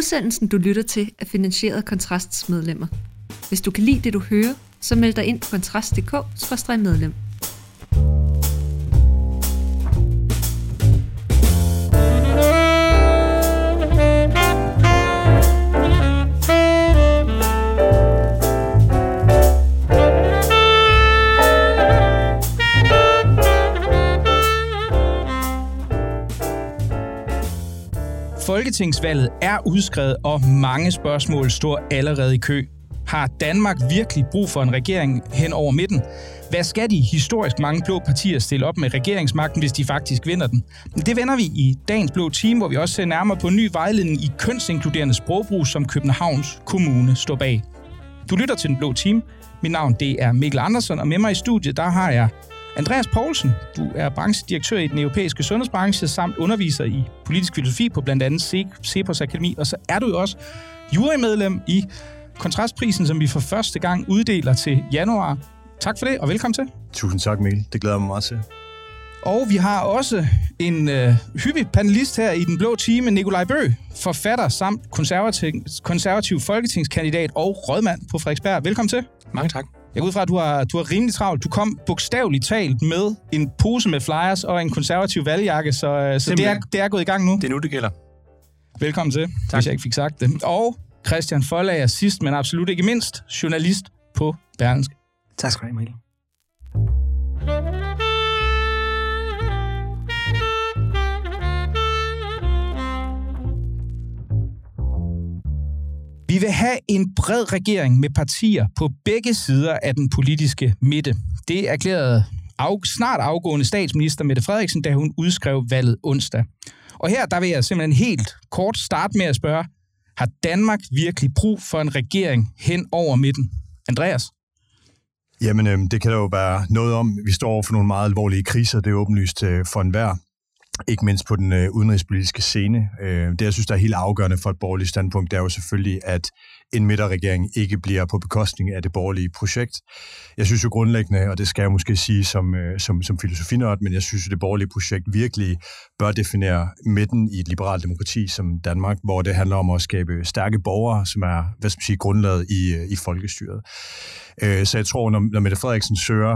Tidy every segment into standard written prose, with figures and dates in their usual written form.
Udsendelsen, du lytter til, er finansieret af Kontrasts medlemmer. Hvis du kan lide det, du hører, så meld dig ind på kontrast.dk/medlem. Folketingsvalget er udskrevet, og mange spørgsmål står allerede i kø. Har Danmark virkelig brug for en regering hen over midten? Hvad skal de historisk mange blå partier stille op med regeringsmagten, hvis de faktisk vinder den? Det vender vi i dagens Blå Time, hvor vi også ser nærmere på en ny vejledning i kønsinkluderende sprogbrug, som Københavns Kommune står bag. Du lytter til Den Blå Time. Mit navn det er Mikkel Andersen, og med mig i studiet der har jeg Andreas Poulsen. Du er branchedirektør i den europæiske sundhedsbranche samt underviser i politisk filosofi på blandt andet Cepos Akademi. Og så er du jo også jurymedlem i Kontrastprisen, som vi for første gang uddeler til januar. Tak for det, og velkommen til. Tusind tak, Mikkel. Det glæder mig meget til. Og vi har også en hyppig panelist her i Den Blå Time, Nikolaj Bøgh, forfatter samt konservativ folketingskandidat og rådmand på Frederiksberg. Velkommen til. Mange tak. Jeg går ud fra, at du har rimelig travlt. Du kom bogstaveligt talt med en pose med flyers og en konservativ valgjakke, så det er gået i gang nu. Det er nu, det gælder. Velkommen til, tak. Hvis jeg ikke fik sagt det. Og Christian Foldager sidst, men absolut ikke mindst, journalist på Berlingske. Tak skal du have, Mikkel. Vi vil have en bred regering med partier på begge sider af den politiske midte. Det erklærede snart afgående statsminister Mette Frederiksen, da hun udskrev valget onsdag. Og her der vil jeg simpelthen helt kort starte med at spørge, har Danmark virkelig brug for en regering hen over midten? Andreas? Jamen, det kan der jo være noget om. Vi står over for nogle meget alvorlige kriser, det er åbenlyst for enhver. Ikke mindst på den udenrigspolitiske scene. Det, jeg synes, der er helt afgørende for et borgerligt standpunkt, det er jo selvfølgelig, at en midterregering ikke bliver på bekostning af det borgerlige projekt. Jeg synes jo grundlæggende, og det skal jeg måske sige som filosofinørd, men jeg synes jo, det borgerlige projekt virkelig bør definere midten i et liberalt demokrati som Danmark, hvor det handler om at skabe stærke borgere, som er, grundlaget i folkestyret. Så jeg tror, når Mette Frederiksen søger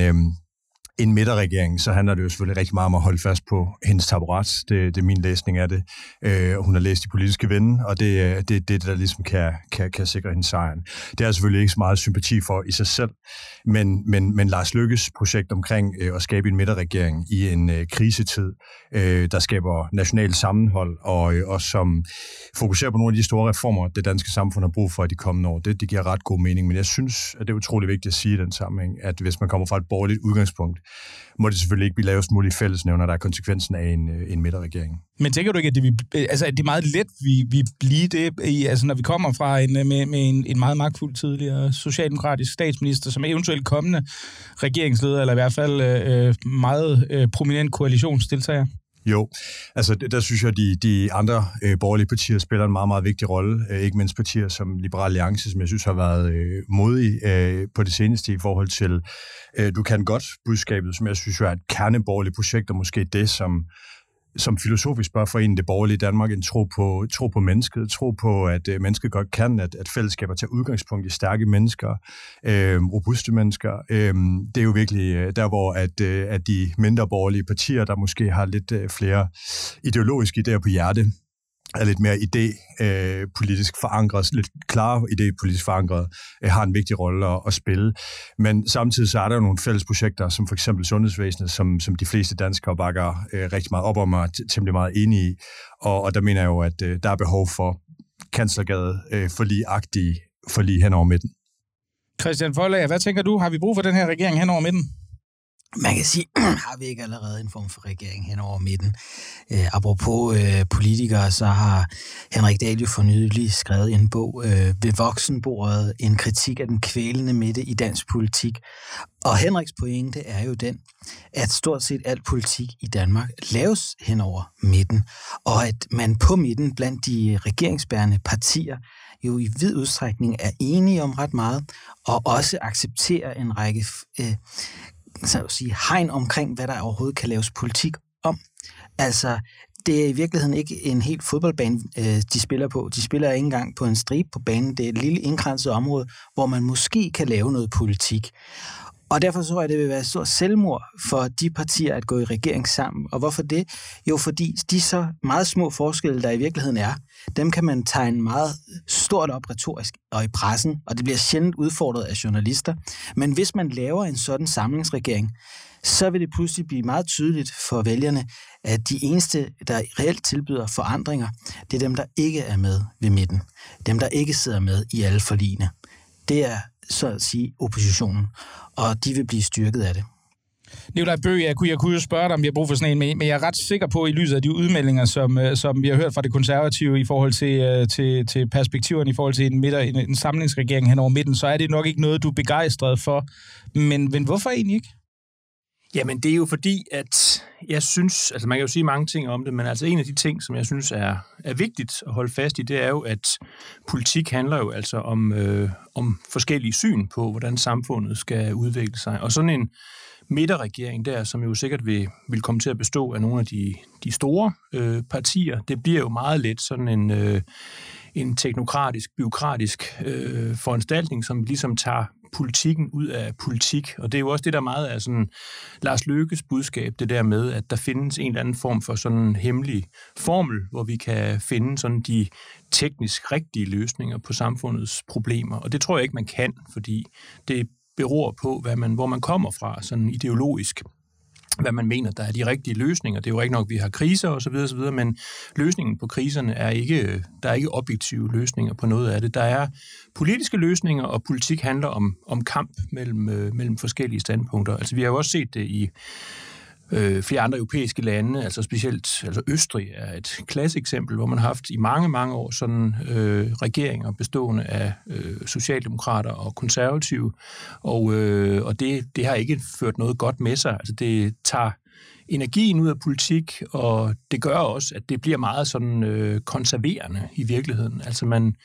en midterregering, så handler det jo selvfølgelig rigtig meget om at holde fast på hendes taburet. Det er min læsning af det. Hun har læst De Politiske Vinde, og det er det, der ligesom kan sikre hendes sejren. Det er selvfølgelig ikke så meget sympati for i sig selv, men Lars Løkkes projekt omkring at skabe en midterregering i en krisetid, der skaber national sammenhold, og som fokuserer på nogle af de store reformer, det danske samfund har brug for i de kommende år. Det giver ret god mening, men jeg synes, at det er utrolig vigtigt at sige i den sammenhæng, at hvis man kommer fra et borgerligt udgangspunkt, må det selvfølgelig ikke blive lavest mulige fællesnævner, der er konsekvensen af en midterregering. Men tænker du ikke, at det er meget let, vi bliver det, når vi kommer fra med en meget magtfuld tidligere socialdemokratisk statsminister, som eventuelt kommende regeringsleder, eller i hvert fald meget prominent koalitionsdeltager? Jo, altså der synes jeg, at de andre borgerlige partier spiller en meget, meget vigtig rolle. Ikke mindst partier som Liberal Alliance, som jeg synes har været modige på det seneste i forhold til Du kan godt budskabet, som jeg synes er et kerneborgerligt projekt, og måske det, som filosofisk bør forene det borgerlige Danmark, en tro på mennesket, tro på, at mennesket godt kan, at fællesskaber tager udgangspunkt i stærke mennesker, robuste mennesker. Det er jo virkelig der, hvor at de mindre borgerlige partier, der måske har lidt flere ideologiske idéer på hjerte, er lidt mere idépolitisk forankret, lidt klare idépolitisk forankret, har en vigtig rolle at spille. Men samtidig så er der jo nogle fælles projekter, som for eksempel sundhedsvæsenet, som de fleste danskere bakker rigtig meget op om og er temmelig meget enige i. Og der mener jeg jo, at der er behov for kanslergade forlig hen over midten. Christian Foldager, hvad tænker du? Har vi brug for den her regering hen over midten? Man kan sige, har vi ikke allerede en form for regering hen over midten? Apropos politikere, så har Henrik Dahl jo for nylig skrevet en bog ved voksenbordet, en kritik af den kvælende midte i dansk politik. Og Henriks pointe er jo den, at stort set al politik i Danmark laves hen over midten, og at man på midten blandt de regeringsbærende partier jo i vid udstrækning er enige om ret meget, og også accepterer en række hegn omkring, hvad der overhovedet kan laves politik om. Altså, det er i virkeligheden ikke en helt fodboldbane, de spiller på. De spiller ikke engang på en stribe på banen. Det er et lille indkranset område, hvor man måske kan lave noget politik. Og derfor tror jeg, det vil være et stort selvmord for de partier at gå i regering sammen. Og hvorfor det? Jo, fordi de så meget små forskelle, der i virkeligheden er, dem kan man tegne meget stort op retorisk og i pressen, og det bliver sjældent udfordret af journalister. Men hvis man laver en sådan samlingsregering, så vil det pludselig blive meget tydeligt for vælgerne, at de eneste, der reelt tilbyder forandringer, det er dem, der ikke er med ved midten. Dem, der ikke sidder med i alle forligene. Det er så at sige oppositionen, og de vil blive styrket af det. Nikolaj Bøgh, jeg kunne jo spørge dig, om vi har brug for sådan en, men jeg er ret sikker på, i lyset af de udmeldinger, som vi har hørt fra det konservative i forhold til perspektiverne, i forhold til en samlingsregering hen over midten, så er det nok ikke noget, du er begejstret for. Men hvorfor egentlig ikke? Jamen, det er jo fordi, at jeg synes, altså man kan jo sige mange ting om det, men altså en af de ting, som jeg synes er vigtigt at holde fast i, det er jo, at politik handler jo altså om forskellige syn på, hvordan samfundet skal udvikle sig. Og sådan en midterregering der, som jo sikkert vil komme til at bestå af nogle af de store partier, det bliver jo meget let sådan en teknokratisk, bureaukratisk foranstaltning, som ligesom tager politikken ud af politik, og det er jo også det, der meget er sådan Lars Løkkes budskab, det der med, at der findes en eller anden form for sådan en hemmelig formel, hvor vi kan finde sådan de teknisk rigtige løsninger på samfundets problemer, og det tror jeg ikke, man kan, fordi det beror på, hvor man kommer fra, sådan ideologisk, hvad man mener, der er de rigtige løsninger. Det er jo ikke nok, at vi har kriser osv., men løsningen på kriserne er ikke, der er ikke objektive løsninger på noget af det. Der er politiske løsninger, og politik handler om kamp mellem forskellige standpunkter. Altså, vi har jo også set det i flere andre europæiske lande, altså specielt Østrig er et klasseeksempel, hvor man har haft i mange, mange år sådan regeringer bestående af socialdemokrater og konservative, og det har ikke ført noget godt med sig. Altså det tager energien ud af politik, og det gør også, at det bliver meget sådan konserverende i virkeligheden. Altså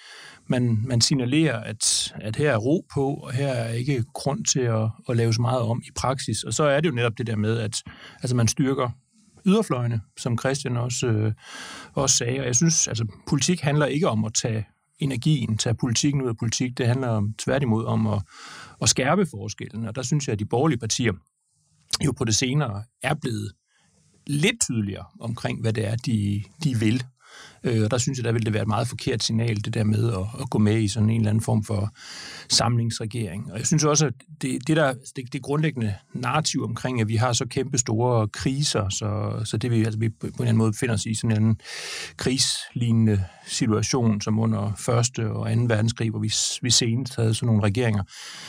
man signalerer, at her er ro på, og her er ikke grund til at lave så meget om i praksis. Og så er det jo netop det der med, at altså man styrker yderfløjene, som Christian også sagde. Og jeg synes, altså politik handler ikke om at tage politikken ud af politik. Det handler tværtimod om at skærpe forskellen. Og der synes jeg, at de borgerlige partier jo på det senere er blevet lidt tydeligere omkring, hvad det er, de vil. Og der synes jeg, der vil det være et meget forkert signal, det der med at gå med i sådan en eller anden form for samlingsregering. Og jeg synes også, at det grundlæggende narrativ omkring, at vi har så kæmpe store kriser, så det vi på en eller anden måde befinder os i sådan en krigslignende situation, som under 1. og 2. verdenskrig, hvor vi senest havde sådan nogle regeringer.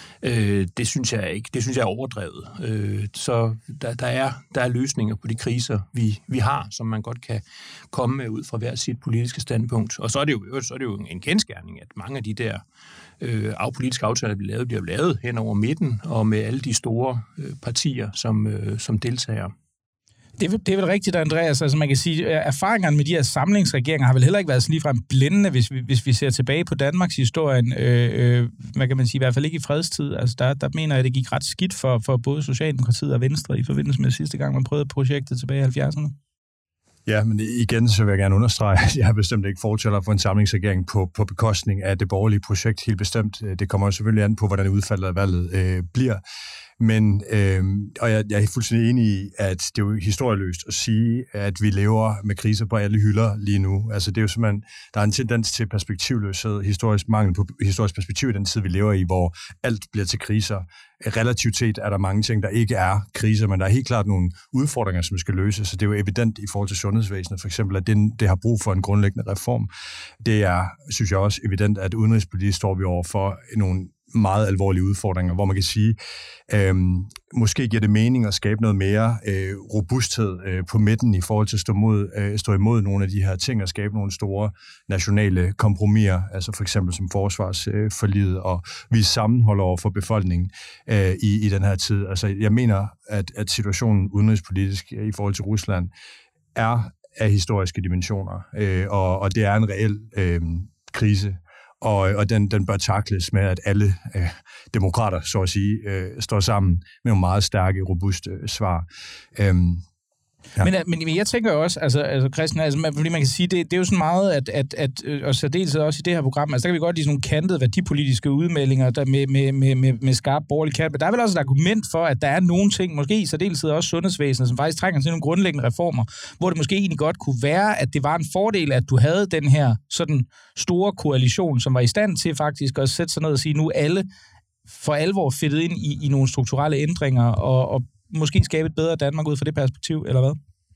Det synes jeg ikke. Det synes jeg er overdrevet. Så der er løsninger på de kriser, vi har, som man godt kan komme med ud fra hver sit politiske standpunkt. Og så er det jo en kendsgerning, at mange af de der politiske aftaler, vi lavede, bliver lavet hen over midten, og med alle de store partier som deltager. Det er vel rigtigt, Andreas. Altså man kan sige, at erfaringerne med de her samlingsregeringer har vel heller ikke været så ligefrem blændende, hvis vi ser tilbage på Danmarks historien. Hvad kan man sige, i hvert fald ikke i fredstid. Altså der mener jeg, at det gik ret skidt for både Socialdemokratiet og Venstre i forbindelse med sidste gang, man prøvede projektet tilbage i 70'erne. Ja, men igen så vil jeg gerne understrege, at jeg har bestemt ikke fortæller for en samlingsregering på bekostning af det borgerlige projekt, helt bestemt. Det kommer jo selvfølgelig an på, hvordan udfaldet af valget bliver. Men, og jeg er fuldstændig enig i, at det er jo historieløst at sige, at vi lever med kriser på alle hylder lige nu. Altså det er jo simpelthen, der er en tendens til perspektivløshed, mangel på historisk perspektiv i den tid, vi lever i, hvor alt bliver til kriser. Relativt set er der mange ting, der ikke er kriser, men der er helt klart nogle udfordringer, som skal løses, så det er jo evident i forhold til sundhedsvæsenet, for eksempel, at det har brug for en grundlæggende reform. Det er, synes jeg også, evident, at udenrigspolitisk står vi over for nogle meget alvorlige udfordringer, hvor man kan sige, måske giver det mening at skabe noget mere robusthed på midten i forhold til at stå imod nogle af de her ting og skabe nogle store nationale kompromiser, altså for eksempel som forsvarsforliget og vise sammenhold over for befolkningen i den her tid. Altså jeg mener, at situationen udenrigspolitisk i forhold til Rusland er af historiske dimensioner, og det er en reel krise. Og den bør takles med, at alle demokrater, så at sige, står sammen med nogle meget stærke, robuste svar. Ja. Men jeg tænker også, altså Christian, fordi man kan sige, det er jo sådan meget, at og særdeles også i det her program, altså der kan vi godt lide sådan nogle kantede værdipolitiske udmeldinger der med skarp borgerlig kant, men der er vel også et argument for, at der er nogle ting, måske i særdeleshed også sundhedsvæsenet, som faktisk trænger til nogle grundlæggende reformer, hvor det måske egentlig godt kunne være, at det var en fordel, at du havde den her sådan store koalition, som var i stand til faktisk at sætte sig ned og sige, nu alle for alvor fedtet ind i nogle strukturelle ændringer, og måske skabe et bedre Danmark ud fra det perspektiv, eller hvad?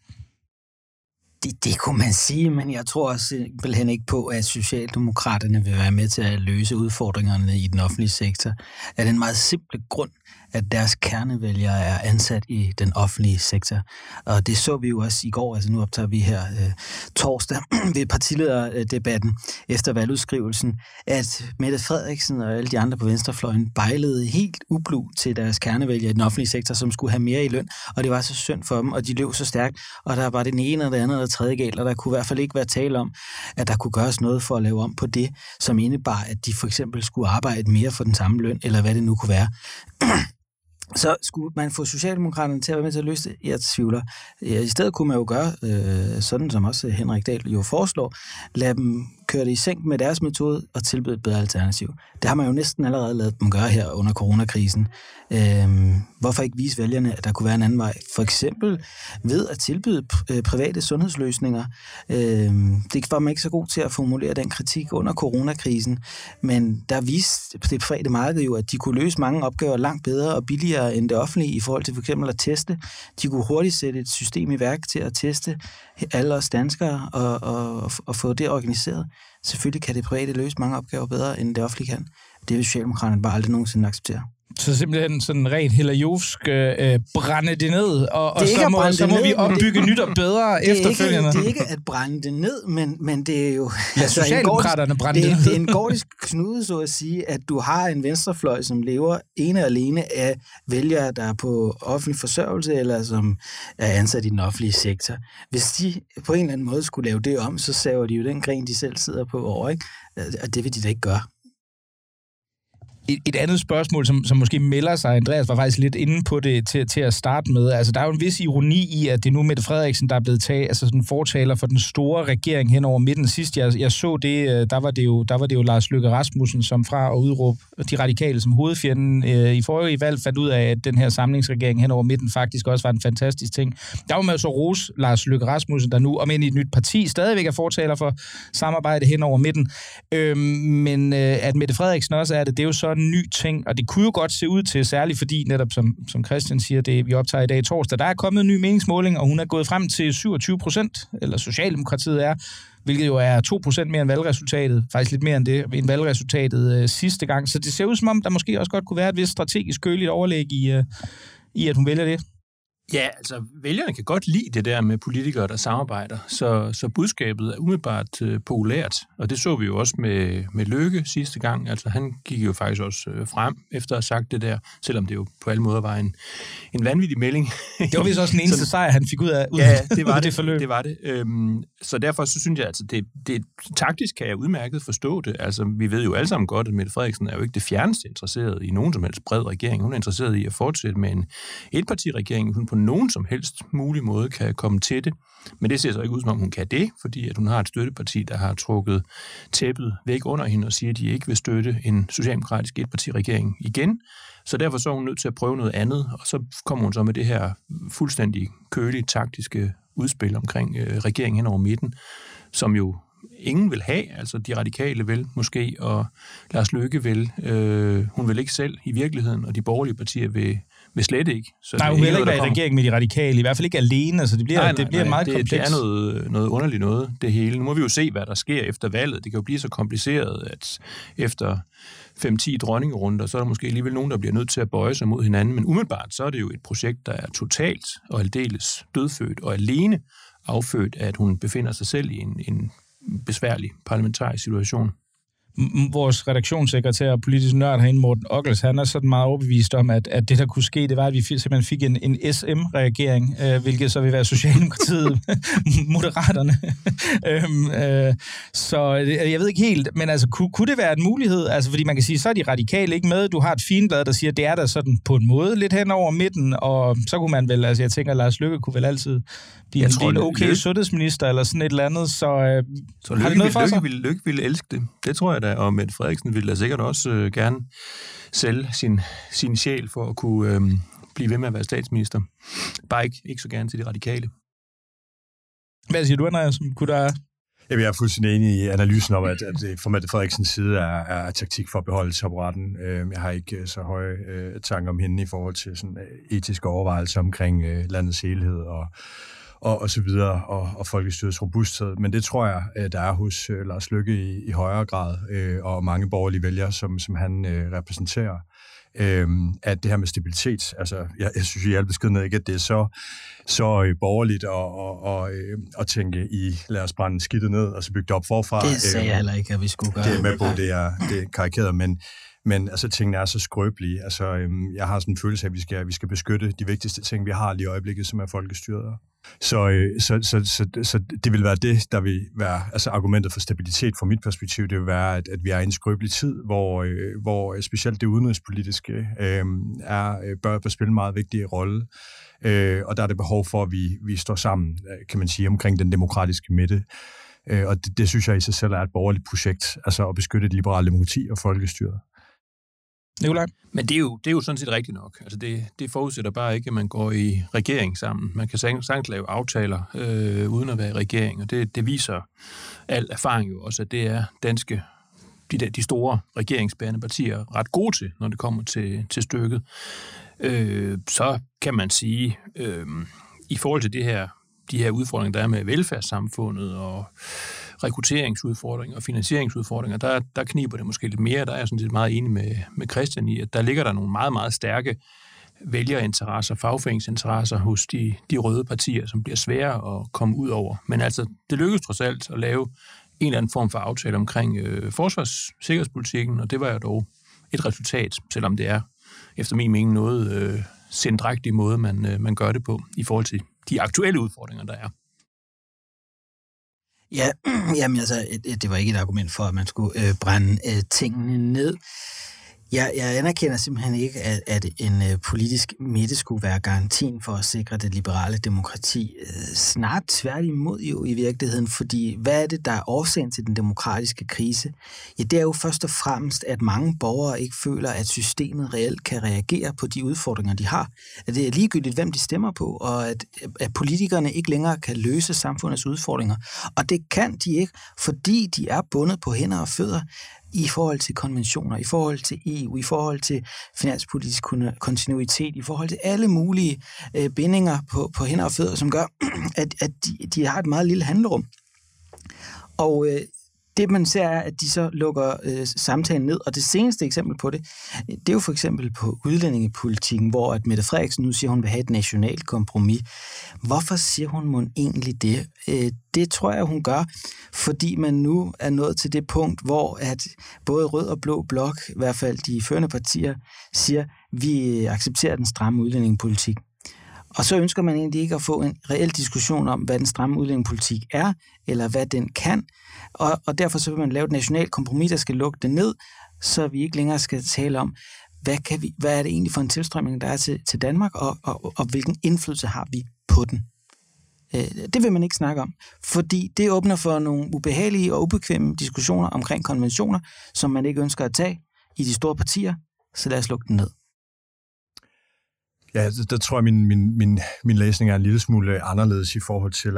Det kunne man sige, men jeg tror simpelthen ikke på, at Socialdemokraterne vil være med til at løse udfordringerne i den offentlige sektor. Af den meget simple grund, at deres kernevælgere er ansat i den offentlige sektor. Og det så vi jo også i går, altså nu optager vi her torsdag ved partilederdebatten efter valgudskrivelsen, at Mette Frederiksen og alle de andre på venstrefløjen bejlede helt ublu til deres kernevælgere i den offentlige sektor, som skulle have mere i løn, og det var så synd for dem, og de løb så stærkt, og der var det ene og det andet og det tredje galt, og der kunne i hvert fald ikke være tale om, at der kunne gøres noget for at lave om på det, som indebar, at de for eksempel skulle arbejde mere for den samme løn, eller hvad det nu kunne være. Så skulle man få Socialdemokraterne til at være med til at løse det? Jeg tvivler. I stedet kunne man jo gøre, sådan som også Henrik Dahl jo foreslår, lade dem køre det i sænk med deres metode og tilbyde et bedre alternativ. Det har man jo næsten allerede ladet dem gøre her under coronakrisen. Hvorfor ikke vise vælgerne, at der kunne være en anden vej? For eksempel ved at tilbyde private sundhedsløsninger. Det var man ikke så god til at formulere den kritik under coronakrisen, men der viste det private marked jo, at de kunne løse mange opgaver langt bedre og billigere end det offentlige i forhold til for eksempel at teste. De kunne hurtigt sætte et system i værk til at teste alle os danskere og få det organiseret. Selvfølgelig kan det private løse mange opgaver bedre, end det offentlige kan. Det vil Socialdemokraterne bare aldrig nogensinde acceptere. Så simpelthen sådan rent hellerjovsk brænde det ned, og så må vi opbygge nyt og bedre efterfølgende. Det er ikke at brænde det ned, men det er jo... Ja, Socialdemokraterne brændte det ned. Det er en gordisk knude, så at sige, at du har en venstrefløj, som lever ene og alene af vælgere, der er på offentlig forsørgelse, eller som er ansat i den offentlige sektor. Hvis de på en eller anden måde skulle lave det om, så saver de jo den gren, de selv sidder på over, ikke? Og det vil de da ikke gøre. Et andet spørgsmål, som måske melder sig, Andreas var faktisk lidt inde på det til at starte med. Altså, der er jo en vis ironi i, at det nu Mette Frederiksen, der er blevet taget, altså sådan fortaler for den store regering hen over midten. Sidst jeg så det, der var det jo Lars Løkke Rasmussen, som fra at udråbe de radikale som hovedfjenden i forrige valg, fandt ud af, at den her samlingsregering hen over midten faktisk også var en fantastisk ting. Der var man jo så rose Lars Løkke Rasmussen, der nu, om end i et nyt parti, stadigvæk er fortaler for samarbejde hen over midten. Men at Mette Frederiksen også er det er jo så en ny ting, og det kunne jo godt se ud til, særligt fordi, netop som Christian siger, det vi optager i dag torsdag, der er kommet en ny meningsmåling, og hun er gået frem til 27%, eller Socialdemokratiet er, hvilket jo er 2% mere end valgresultatet, faktisk lidt mere end det, end valgresultatet sidste gang. Så det ser ud som om, der måske også godt kunne være et vist strategisk køligt overlæg i at hun vælger det. Ja, altså vælgerne kan godt lide det der med politikere, der samarbejder, så budskabet er umiddelbart populært, og det så vi jo også med Løkke sidste gang. Altså han gik jo faktisk også frem efter at have sagt det der, selvom det jo på alle måder var en vanvittig melding. Det var vist også den eneste sejr, han fik ud af det var det forløb. Det var det. Så derfor så synes jeg, altså det taktisk kan jeg udmærket forstå det. Altså vi ved jo alle sammen godt, at Mette Frederiksen er jo ikke det fjerneste interesseret i nogen som helst bred regering. Hun er interesseret i at fortsætte med en etpartiregering, hun på nogen som helst mulig måde kan komme til det. Men det ser så ikke ud, som om hun kan det, fordi at hun har et støtteparti, der har trukket tæppet væk under hende og siger, at de ikke vil støtte en socialdemokratisk etpartiregering igen. Så derfor så er hun nødt til at prøve noget andet, og så kommer hun så med det her fuldstændig kølige, taktiske udspil omkring regeringen hen over midten, som jo ingen vil have, altså de radikale vil måske, og Lars Løkke vil. Hun vil ikke selv i virkeligheden, og de borgerlige partier vil slet ikke. Så nej, hun vil ikke være i regering med de radikale, i hvert fald ikke alene, altså det bliver meget komplekst. Det er noget underligt noget, det hele. Nu må vi jo se, hvad der sker efter valget. Det kan jo blive så kompliceret, at efter 5-10 dronningerunder, så er der måske alligevel nogen, der bliver nødt til at bøje sig mod hinanden, men umiddelbart så er det jo et projekt, der er totalt og aldeles dødfødt og alene affødt, at hun befinder sig selv i en besværlig parlamentarisk situation. vores redaktionssekretær og politisk nørd herinde, Morten Ockels, han er sådan meget overbevist om, at det, der kunne ske, det var, at vi simpelthen fik en SM-regering, hvilket så vil være Socialdemokratiet, Moderaterne. Så jeg ved ikke helt, men altså, kunne det være en mulighed? Altså, fordi man kan sige, så er de radikale ikke med. Du har et figenblad, der siger, at det er der sådan på en måde lidt hen over midten, og så kunne man vel, altså jeg tænker, Lars Løkke kunne vel altid blive en okay sundhedsminister eller sådan et eller andet, så har det noget for sig? Løkke ville elske det. Det tror jeg da, og Mette Frederiksen ville da sikkert også gerne sælge sin sjæl for at kunne blive ved med at være statsminister. Bare ikke så gerne til de radikale. Hvad siger du, Andreas? Jeg er fuldstændig enig i analysen om, at fra Mette Frederiksens side er taktik for at beholde taburetten. Jeg har ikke så høje tanker om hende i forhold til sådan etiske overvejelser omkring landets helhed og så videre, og folkestyrets robusthed. Men det tror jeg, der er hos Lars Løkke i højere grad, og mange borgerlige vælgere, som han repræsenterer. At det her med stabilitet, altså jeg synes i al beskedenhed ikke, at det er så borgerligt at tænke i, lad os brænde skidtet ned, og så bygge det op forfra. Det sagde jeg heller ikke, at vi skulle gøre. Det er med på, det er karikeret, men altså tingene er så skrøbelige. Altså jeg har sådan en følelse af, at vi skal beskytte de vigtigste ting, vi har lige i øjeblikket, som er folkestyret. Så det vil være det, der vil være altså argumentet for stabilitet fra mit perspektiv. Det vil være, at vi er i en skrøbelig tid, hvor specielt det udenrigspolitiske bør spille en meget vigtig rolle. Og der er det behov for, at vi står sammen, kan man sige, omkring den demokratiske midte. Og det synes jeg i sig selv er et borgerligt projekt, altså at beskytte det liberale demokrati og folkestyret. Nikolaj? Men det er jo sådan set rigtigt nok. Altså det forudsætter bare ikke, at man går i regering sammen. Man kan sagtens lave aftaler uden at være i regering, og det viser al erfaring jo også, at det er de store regeringsbærende partier ret gode til, når det kommer til stykket. Så kan man sige, i forhold til de her udfordringer, der er med velfærdssamfundet og rekrutteringsudfordringer og finansieringsudfordringer, der kniber det måske lidt mere. Der er jeg sådan set meget enig med Christian i, at der ligger der nogle meget, meget stærke vælgerinteresser, fagforeningsinteresser hos de røde partier, som bliver svære at komme ud over. Men altså, det lykkedes trods alt at lave en eller anden form for aftale omkring forsvars-sikkerhedspolitikken, og det var jo dog et resultat, selvom det er efter min mening noget sindrægtig måde, man gør det på i forhold til de aktuelle udfordringer, der er. Ja, jamen altså, det var ikke et argument for, at man skulle brænde tingene ned. Jeg anerkender simpelthen ikke, at en politisk midte skulle være garantien for at sikre det liberale demokrati. Snart tværtimod jo i virkeligheden, fordi hvad er det, der er årsagen til den demokratiske krise? Ja, det er jo først og fremmest, at mange borgere ikke føler, at systemet reelt kan reagere på de udfordringer, de har. At det er ligegyldigt, hvem de stemmer på, og at politikerne ikke længere kan løse samfundets udfordringer. Og det kan de ikke, fordi de er bundet på hænder og fødder i forhold til konventioner, i forhold til EU, i forhold til finanspolitisk kontinuitet, i forhold til alle mulige bindinger på hænder og fødder, som gør, at de har et meget lille handlerum. Og det man ser er, at de så lukker samtalen ned, og det seneste eksempel på det, det er jo for eksempel på udlændingepolitikken, hvor at Mette Frederiksen nu siger, at hun vil have et nationalt kompromis. Hvorfor siger hun mon egentlig det? Det tror jeg, hun gør, fordi man nu er nået til det punkt, hvor at både rød og blå blok, i hvert fald de førende partier, siger, at vi accepterer den stramme udlændingepolitik. Og så ønsker man egentlig ikke at få en reel diskussion om, hvad den stramme udlændingepolitik er, eller hvad den kan. Og derfor så vil man lave et nationalt kompromis, der skal lukke det ned, så vi ikke længere skal tale om, hvad er det egentlig for en tilstrømning, der er til Danmark, og hvilken indflydelse har vi på den. Det vil man ikke snakke om, fordi det åbner for nogle ubehagelige og ubekvemme diskussioner omkring konventioner, som man ikke ønsker at tage i de store partier, så lad os lukke den ned. Ja, der tror jeg, min læsning er en lille smule anderledes i forhold til,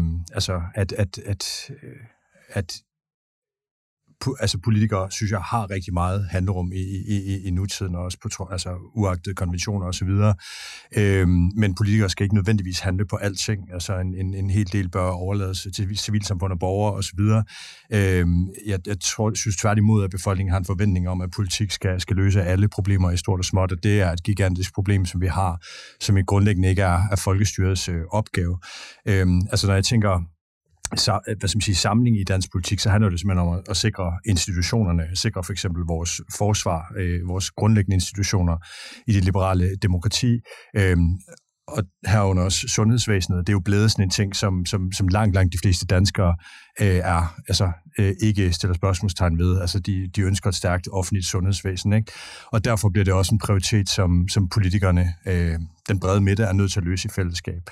at politikere, synes jeg, har rigtig meget handlerum i nutiden, også på uagtet konventioner og så videre. Men politikere skal ikke nødvendigvis handle på alting. Altså en hel del bør overlades til civilsamfund og borgere og så videre. Jeg synes tværtimod, at befolkningen har en forventning om, at politik skal løse alle problemer i stort og småt, og det er et gigantisk problem, som vi har, som i grundlæggende ikke er folkestyrets opgave. Når jeg tænker samling i dansk politik, så handler det simpelthen om at sikre institutionerne, sikre for eksempel vores forsvar, vores grundlæggende institutioner i det liberale demokrati, og herunder også sundhedsvæsenet. Det er jo blevet sådan en ting, som langt de fleste danskere ikke stiller spørgsmålstegn ved. Altså, de ønsker et stærkt offentligt sundhedsvæsen, ikke? Og derfor bliver det også en prioritet, som politikerne, den brede midte, er nødt til at løse i fællesskab.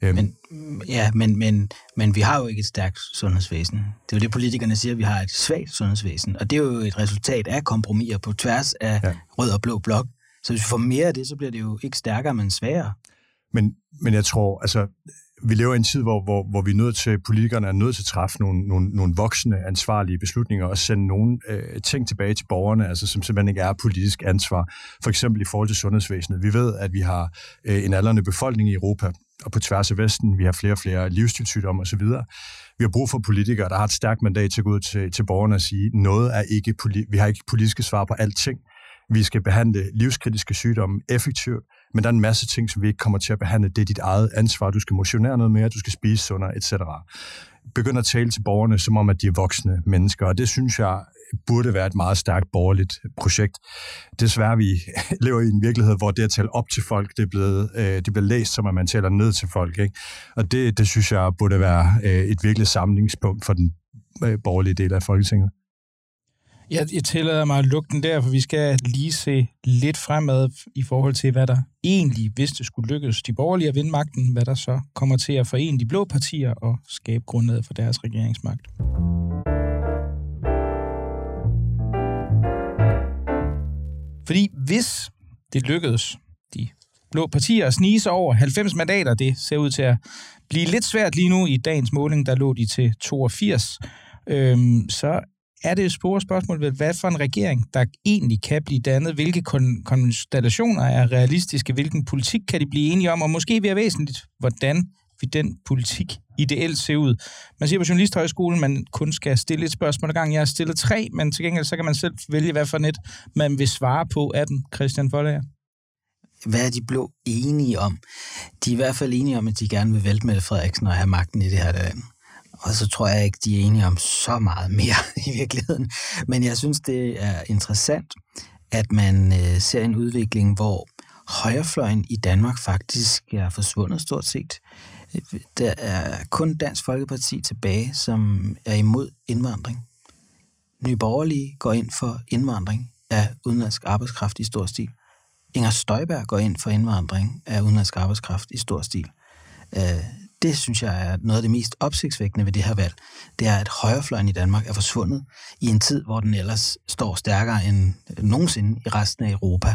Men vi har jo ikke et stærkt sundhedsvæsen. Det er jo det, politikerne siger, at vi har et svagt sundhedsvæsen. Og det er jo et resultat af kompromiser på tværs af rød og blå blok. Så hvis vi får mere af det, så bliver det jo ikke stærkere, men sværere. Men jeg tror, altså, vi lever i en tid, hvor vi er nødt til, politikerne er nødt til at træffe nogle voksne, ansvarlige beslutninger og sende nogle ting tilbage til borgerne, altså som simpelthen ikke er politisk ansvar. For eksempel i forhold til sundhedsvæsenet. Vi ved, at vi har en aldrende befolkning i Europa, og på tværs af Vesten, vi har flere og flere livsstilssygdomme osv. Vi har brug for politikere, der har et stærkt mandat til at gå ud til borgerne og sige, vi har ikke politiske svar på alting. Vi skal behandle livskritiske sygdomme effektivt, men der er en masse ting, som vi ikke kommer til at behandle. Det er dit eget ansvar. Du skal motionere noget mere, du skal spise sundere, etc. Begynd at tale til borgerne, som om, at de er voksne mennesker, og det synes jeg burde være et meget stærkt borgerligt projekt. Desværre, vi lever i en virkelighed, hvor det at tale op til folk, det bliver læst, som at man taler ned til folk, ikke? Og det synes jeg burde være et virkelig samlingspunkt for den borgerlige del af Folketinget. Jeg tillader mig at lukke den der, for vi skal lige se lidt fremad i forhold til, hvad der egentlig, hvis det skulle lykkes de borgerlige at vinde magten, hvad der så kommer til at forene de blå partier og skabe grundlaget for deres regeringsmagt. Fordi hvis det lykkedes de blå partier at snige sig over 90 mandater, det ser ud til at blive lidt svært lige nu i dagens måling, der lå de til 82, så er det et store spørgsmål ved, hvad for en regering, der egentlig kan blive dannet, hvilke konstellationer er realistiske, hvilken politik kan de blive enige om, og måske mere væsentligt, hvordan vil den politik ideelt se ud. Man siger på Journalisthøjskolen, man kun skal stille et spørgsmål ad gangen. Jeg har stillet 3, men til gengæld så kan man selv vælge, hvad for et man vil svare på af den. Christian Foldager. Hvad er de blå enige om? De er i hvert fald enige om, at de gerne vil vælte Mette Frederiksen og have magten i det her land. Og så tror jeg ikke, de er enige om så meget mere i virkeligheden. Men jeg synes, det er interessant, at man ser en udvikling, hvor højrefløjen i Danmark faktisk er forsvundet stort set. Der er kun Dansk Folkeparti tilbage, som er imod indvandring. Nye Borgerlige går ind for indvandring af udenlandsk arbejdskraft i stor stil. Inger Støjberg går ind for indvandring af udenlandsk arbejdskraft i stor stil. Det synes jeg er noget af det mest opsigtsvækkende ved det her valg. Det er, at højrefløjen i Danmark er forsvundet i en tid, hvor den ellers står stærkere end nogensinde i resten af Europa.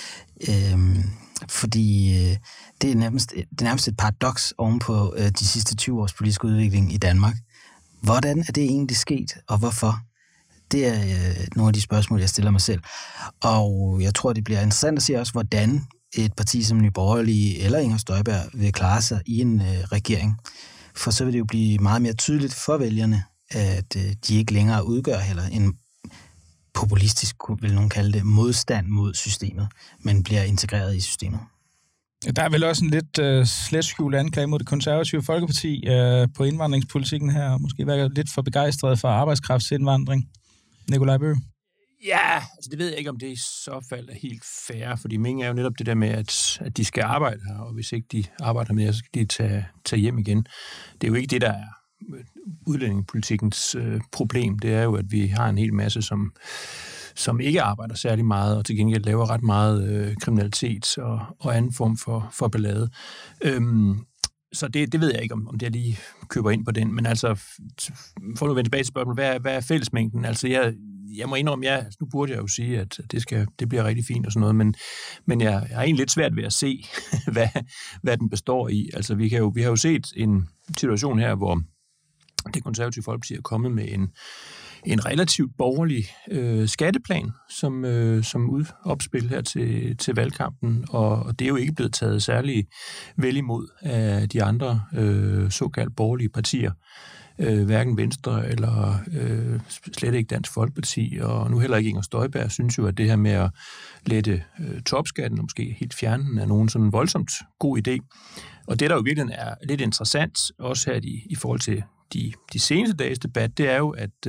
Fordi det er nærmest et paradoks oven på de sidste 20 års politiske udvikling i Danmark. Hvordan er det egentlig sket, og hvorfor? Det er nogle af de spørgsmål, jeg stiller mig selv. Og jeg tror, det bliver interessant at se også, hvordan et parti som Nye Borgerlige eller Inger Støjberg vil klare sig i en regering. For så vil det jo blive meget mere tydeligt for vælgerne, at de ikke længere udgør heller en populistisk, vil nogen kalde det, modstand mod systemet, men bliver integreret i systemet. Der er vel også en lidt slet skjult anklage mod det konservative Folkeparti på indvandringspolitikken her, og måske være lidt for begejstret for arbejdskraftsindvandring. Nikolaj Bøge? Ja, altså det ved jeg ikke, om det i så fald er helt fair, fordi meningen er jo netop det der med, at de skal arbejde her, og hvis ikke de arbejder mere, så skal de tage hjem igen. Det er jo ikke det, der er udlændingepolitikkens problem. Det er jo, at vi har en hel masse, som ikke arbejder særlig meget, og til gengæld laver ret meget kriminalitet og anden form for ballade. Så det ved jeg ikke, om jeg lige køber ind på den. Men altså, for at vende tilbage til spørgsmålet, hvad er fællesmængden? Altså, jeg må indrømme, nu burde jeg jo sige, at det bliver rigtig fint og sådan noget, men jeg har egentlig lidt svært ved at se, hvad den består i. Altså, vi har jo set en situation her, hvor det konservative Folkeparti er kommet med en relativt borgerlig skatteplan, som opspil her til valgkampen, og det er jo ikke blevet taget særlig vel imod af de andre såkaldt borgerlige partier. Hverken Venstre eller slet ikke Dansk Folkeparti, og nu heller ikke Inger Støjberg, synes jo, at det her med at lette topskatten, og måske helt fjerne den, er nogen sådan voldsomt god idé. Og det, der jo virkelig er lidt interessant, også her i forhold til de seneste dages debat, det er jo, at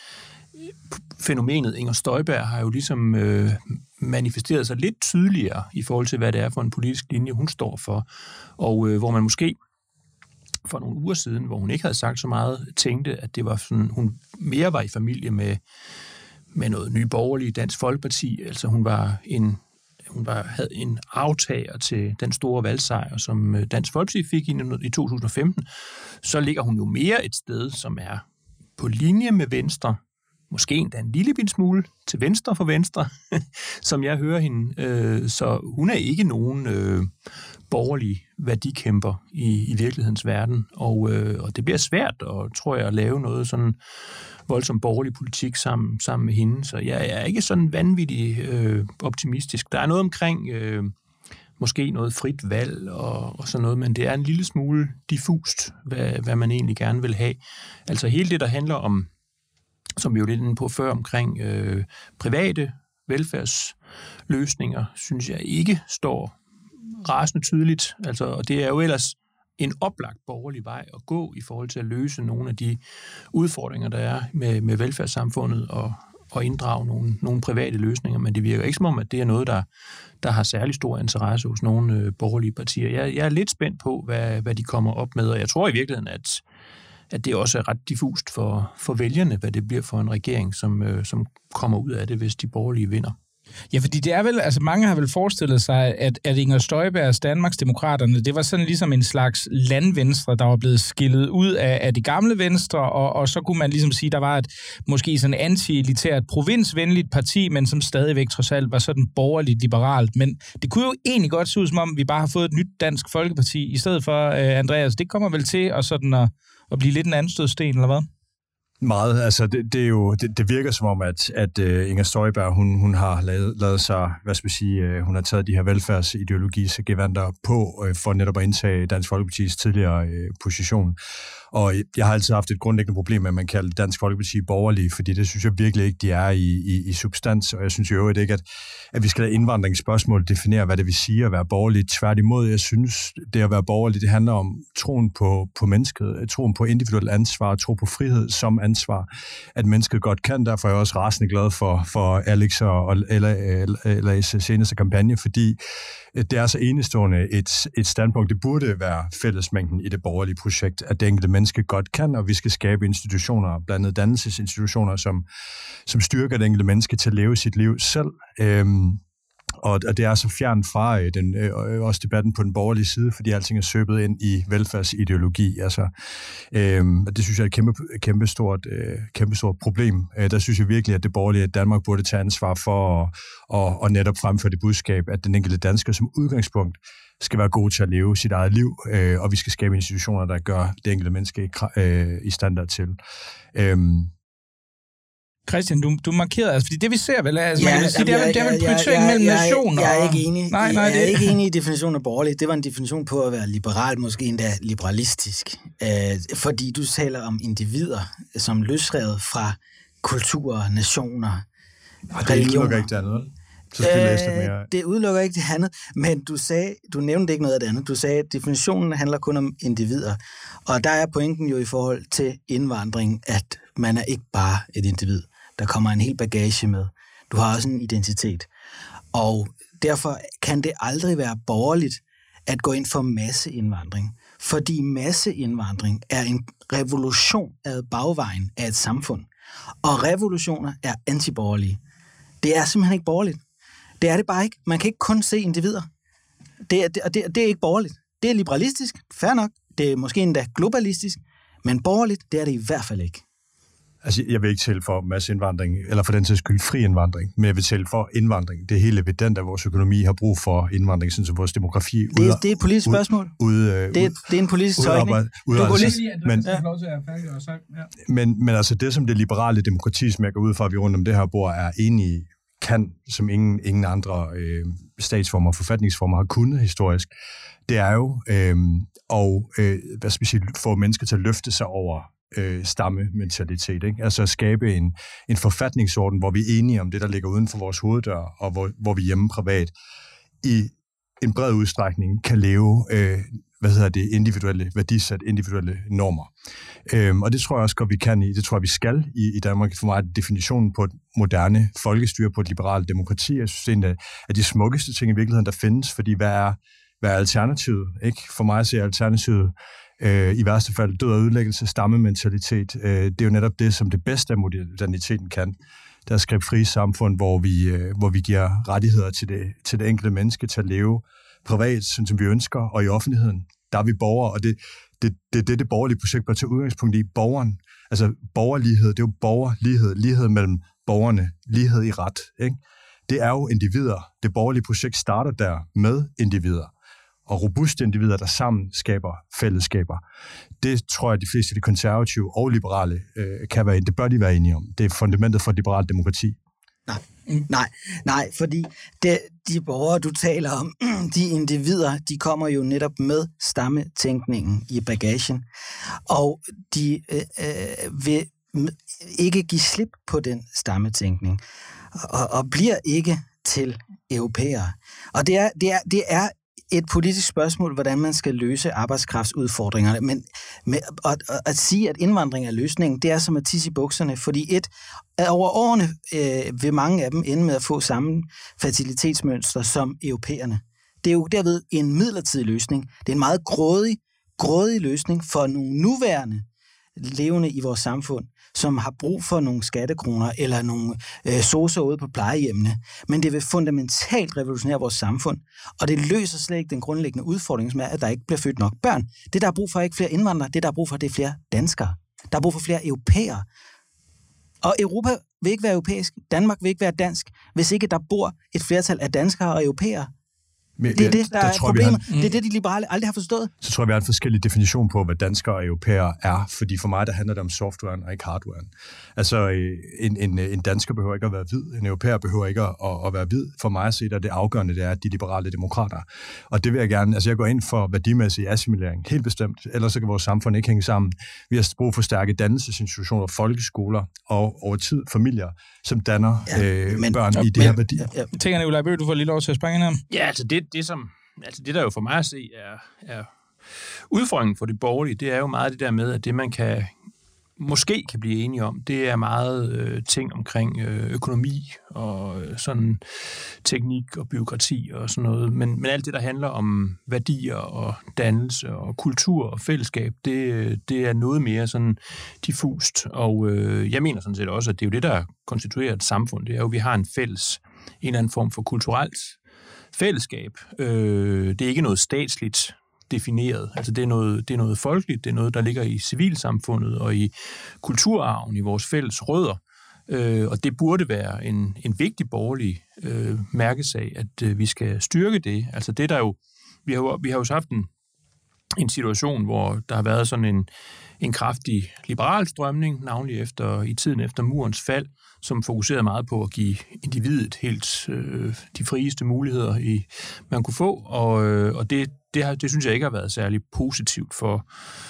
fænomenet Inger Støjberg har jo ligesom manifesteret sig lidt tydeligere i forhold til, hvad det er for en politisk linje, hun står for. Og hvor man måske for nogle uger siden, hvor hun ikke havde sagt så meget, tænkte, at det var sådan, hun mere var i familie med noget Nye Borgerlige, Dansk Folkeparti. Altså hun havde en aftager til den store valgsejr, som Dansk Folkeparti fik i 2015. Så ligger hun jo mere et sted, som er på linje med Venstre, måske endda en lille smule til venstre for Venstre, som jeg hører hende. Så hun er ikke nogen borgerlig værdikæmper i virkelighedens verden. Og det bliver svært, tror jeg, at lave noget sådan voldsom borgerlig politik sammen med hende. Så jeg er ikke sådan vanvittig optimistisk. Der er noget omkring måske noget frit valg og sådan noget, men det er en lille smule diffust, hvad man egentlig gerne vil have. Altså hele det, der handler om, som vi jo lidt inde på før, omkring private velfærdsløsninger, synes jeg ikke står rasende tydeligt. Altså, og det er jo ellers en oplagt borgerlig vej at gå i forhold til at løse nogle af de udfordringer, der er med velfærdssamfundet og inddrage nogle private løsninger, men det virker ikke som om, at det er noget, der har særlig stor interesse hos nogle borgerlige partier. Jeg er lidt spændt på, hvad de kommer op med, og jeg tror i virkeligheden, at det også er ret diffust for vælgerne, hvad det bliver for en regering, som kommer ud af det, hvis de borgerlige vinder. Ja, fordi det er vel, altså mange har vel forestillet sig, at Inger Støjbergs Danmarksdemokraterne, det var sådan ligesom en slags landvenstre, der var blevet skillet ud af det gamle Venstre, og så kunne man ligesom sige, der var et måske sådan anti-elitært provinsvenligt parti, men som stadigvæk trods alt var sådan borgerligt liberalt. Men det kunne jo egentlig godt se ud, som om vi bare har fået et nyt Dansk Folkeparti, i stedet for, Andreas, det kommer vel til at sådan at blive lidt en anstødsten, eller hvad? Meget. Altså, det virker som om, at Inger Støjberg, hun har lavet sig, hvad skal vi sige, hun har taget de her velfærdsideologiske gevanter på, for netop at indtage Dansk Folkepartis tidligere position. Og jeg har altid haft et grundlæggende problem med, at man kalder Dansk Folkeparti borgerlige, fordi det synes jeg virkelig ikke, de er i substans, og jeg synes jo ikke, at vi skal lade indvandringsspørgsmål definere, hvad det vil sige at være borgerlig. Tværtimod, jeg synes, det at være borgerlig, det handler om troen på mennesket, troen på individuelt ansvar, tro på frihed som ansvar, at mennesket godt kan. Derfor er jeg også rasende glad for Alex og LA's seneste kampagne, fordi det er så enestående et standpunkt. Det burde være fællesmængden i det borgerlige projekt, at det enkelte menneske godt kan, og vi skal skabe institutioner, blandt andet dannelsesinstitutioner, som styrker det enkelte menneske til at leve sit liv selv. Og det er så fjern fra også debatten på den borgerlige side, fordi alting er søbet ind i velfærdsideologi. Altså, det synes jeg er et kæmpestort problem. Der synes jeg virkelig, at det borgerlige Danmark burde tage ansvar for at netop fremføre det budskab, at den enkelte dansker som udgangspunkt skal være god til at leve sit eget liv, og vi skal skabe institutioner, der gør det enkelte menneske i stand til. Christian, du markerede, altså, fordi det vi ser vel, altså, man kan sige, det er vel prioritering mellem nationer. Jeg er ikke enig. Jeg er ikke enig i definitionen af borgerlig. Det var en definition på at være liberal, måske endda liberalistisk. Fordi du taler om individer, som løsrevet fra kulturer, nationer, religioner. Det udelukker ikke det andet. Det udelukker ikke det andet, men du nævnte ikke noget af det andet. Du sagde, at definitionen handler kun om individer. Og der er pointen jo i forhold til indvandring, at man er ikke bare et individ. Der kommer en hel bagage med. Du har også en identitet. Og derfor kan det aldrig være borgerligt at gå ind for masseindvandring. Fordi masseindvandring er en revolution ad bagvejen af et samfund. Og revolutioner er antiborgerlige. Det er simpelthen ikke borgerligt. Det er det bare ikke. Man kan ikke kun se individer. Det er ikke borgerligt. Det er liberalistisk, fair nok. Det er måske endda globalistisk. Men borgerligt, det er det i hvert fald ikke. Altså, jeg vil ikke tælle for masseindvandring, eller for den sags skyld fri indvandring, men jeg vil tælle for indvandring. Det er helt evident, at vores økonomi har brug for indvandring, sådan som vores demografi... Det er et politisk spørgsmål. Det er en politisk tøjning. Men altså, det som det liberale demokrati, som jeg går ud fra, at vi rundt om det her bord er enige kan, som ingen andre statsformer og forfatningsformer har kunnet historisk, det er jo hvad skal vi sige, få mennesker til at løfte sig over stammementalitet, ikke? Altså at skabe en forfatningsorden, hvor vi er enige om det, der ligger uden for vores hoveddør, og hvor vi er hjemme privat, i en bred udstrækning kan leve individuelle værdisæt, individuelle normer. Og det tror jeg også godt, vi kan i. Det tror jeg, vi skal i Danmark. For mig er definitionen på et moderne folkestyre, på et liberalt demokrati. Jeg synes, det er de smukkeste ting i virkeligheden, der findes, fordi hvad er alternativet? Ikke? For mig ser alternativet i værste fald død og ødelæggelse, stammementalitet. Det er jo netop det, som det bedste af moderniteten kan. Det er at skabe frie samfund, hvor vi giver rettigheder til det enkelte menneske til at leve privat, sådan som vi ønsker, og i offentligheden. Der er vi borgere, og det borgerlige projekt bør tage udgangspunkt i borgeren. Altså borgerlighed, det er jo borgerlighed, lighed mellem borgerne, lighed i ret. Ikke? Det er jo individer. Det borgerlige projekt starter der med individer, og robuste individer, der sammen skaber fællesskaber. Det tror jeg, de fleste af de konservative og liberale kan være. Det bør de være enige om. Det er fundamentet for et liberalt demokrati. Nej, fordi de borgere, du taler om, de individer, de kommer jo netop med stammetænkningen i bagagen, og de vil ikke give slip på den stammetænkning, og bliver ikke til europæere. Og det er et politisk spørgsmål, hvordan man skal løse arbejdskraftsudfordringerne. Men at sige, at indvandring er løsningen, det er som at tisse i bukserne, fordi over årene vil mange af dem ende med at få samme fertilitetsmønster som europæerne. Det er jo derved en midlertidig løsning. Det er en meget grådig løsning for nogle nuværende levende i vores samfund, som har brug for nogle skattekroner eller nogle soser ude på plejehjemmene. Men det vil fundamentalt revolutionere vores samfund, og det løser slet ikke den grundlæggende udfordring, som er, at der ikke bliver født nok børn. Det, der er brug for, er ikke flere indvandrere. Det, der er brug for, det er flere danskere. Der er brug for flere europæere. Og Europa vil ikke være europæisk. Danmark vil ikke være dansk, hvis ikke der bor et flertal af danskere og europæere. Det er det, der er problemet. Det er det, de liberale aldrig har forstået. Så tror jeg, vi har en forskellig definition på, hvad danskere og europæere er, fordi for mig, der handler det om softwaren og ikke hardwaren. Altså, en dansker behøver ikke at være hvid, en europæer behøver ikke at være hvid. For mig at se, at det afgørende, det er de liberale demokrater. Og det vil jeg gerne, altså jeg går ind for værdimæssig assimilering, helt bestemt, ellers så kan vores samfund ikke hænge sammen. Vi har brug for stærke dannelsesinstitutioner, folkeskoler og over tid familier, som danner børn i de her værdier. Tænker Nicolaj Bøgh, du får lige lov til at springe ind her. Ja, altså det der jo for mig at se er udfordringen for det borgerlige, det er jo meget det der med, at det man måske kan blive enige om, det er meget ting omkring økonomi og sådan teknik og byråkrati og sådan noget. Men alt det, der handler om værdier og dannelse og kultur og fællesskab, det er noget mere sådan diffust. Og jeg mener sådan set også, at det er jo det, der konstituerer et samfund. Det er jo, at vi har en eller anden form for kulturelt fællesskab. Det er ikke noget statsligt defineret. Altså det er noget folkeligt, det er noget, der ligger i civilsamfundet og i kulturarven, i vores fælles rødder. Og det burde være en vigtig borgerlig mærkesag, at vi skal styrke det. Altså det der jo, vi har jo haft en situation, hvor der har været sådan en kraftig liberal strømning, navnlig i tiden efter murens fald, som fokuserede meget på at give individet helt de frieste muligheder, man kunne få, og det synes jeg ikke har været særlig positivt for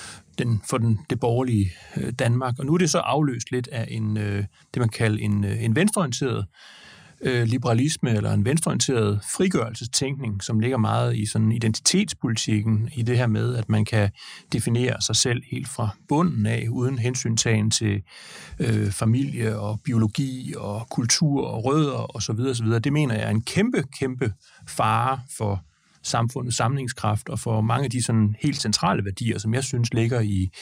det borgerlige Danmark. Og nu er det så afløst lidt af det, man kalder en venstreorienteret liberalisme eller en venstreorienteret frigørelsestænkning, som ligger meget i sådan identitetspolitikken, i det her med, at man kan definere sig selv helt fra bunden af, uden hensyntagen til familie og biologi og kultur og rødder osv. osv. Det mener jeg er en kæmpe, kæmpe fare for samfundets samlingskraft og for mange af de sådan helt centrale værdier, som jeg synes ligger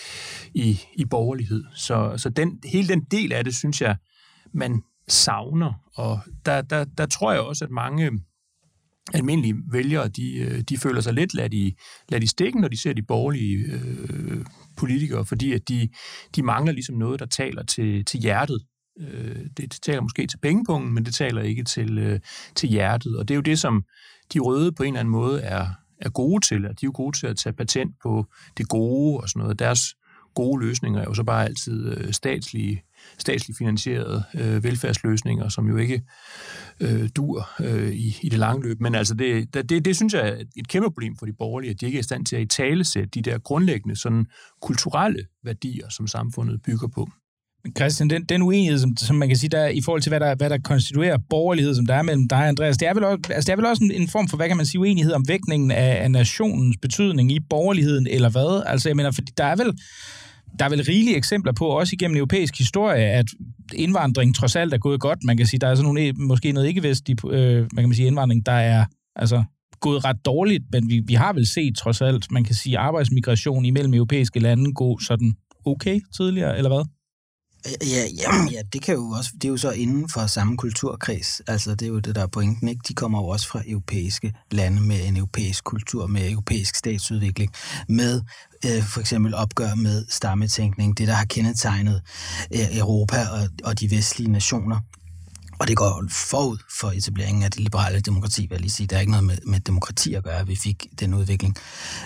i borgerlighed. Så hele den del af det, synes jeg, man savner, og der tror jeg også, at mange almindelige vælgere, de føler sig lidt ladt i stikken, når de ser de borgerlige politikere, fordi at de mangler ligesom noget, der taler til hjertet. Det taler måske til pengepungen, men det taler ikke til hjertet, og det er jo det, som de røde på en eller anden måde er gode til, at de er jo gode til at tage patent på det gode og sådan noget. Deres gode løsninger er jo så bare altid statsligt finansierede velfærdsløsninger, som jo ikke dur i det lange løb. Men altså det synes jeg er et kæmpe problem for de borgerlige, at de ikke er i stand til at italesætte de der grundlæggende sådan kulturelle værdier, som samfundet bygger på. Christian, den uenighed, som man kan sige, der i forhold til, hvad der konstituerer borgerlighed, som der er mellem dig og Andreas, det er vel også en form for, hvad kan man sige, uenighed om vægtningen af nationens betydning i borgerligheden, eller hvad? Altså, jeg mener, fordi der er vel rigelige eksempler på, også igennem europæisk historie, at indvandring trods alt er gået godt. Man kan sige, der er sådan nogle, måske noget ikke-vestlig, man kan sige, indvandring, der er altså gået ret dårligt, men vi har vel set trods alt, man kan sige, arbejdsmigration imellem europæiske lande gå sådan okay tidligere, eller hvad? Ja, det kan jo også, det er jo så inden for samme kulturkreds. Altså, det er jo det, der er pointen, ikke? De kommer jo også fra europæiske lande med en europæisk kultur, med europæisk statsudvikling, med for eksempel opgør med stammetænkning, det der har kendetegnet Europa og de vestlige nationer. Og det går forud for etableringen af det liberale demokrati, vil jeg lige sige. Der er ikke noget med demokrati at gøre, at vi fik den udvikling.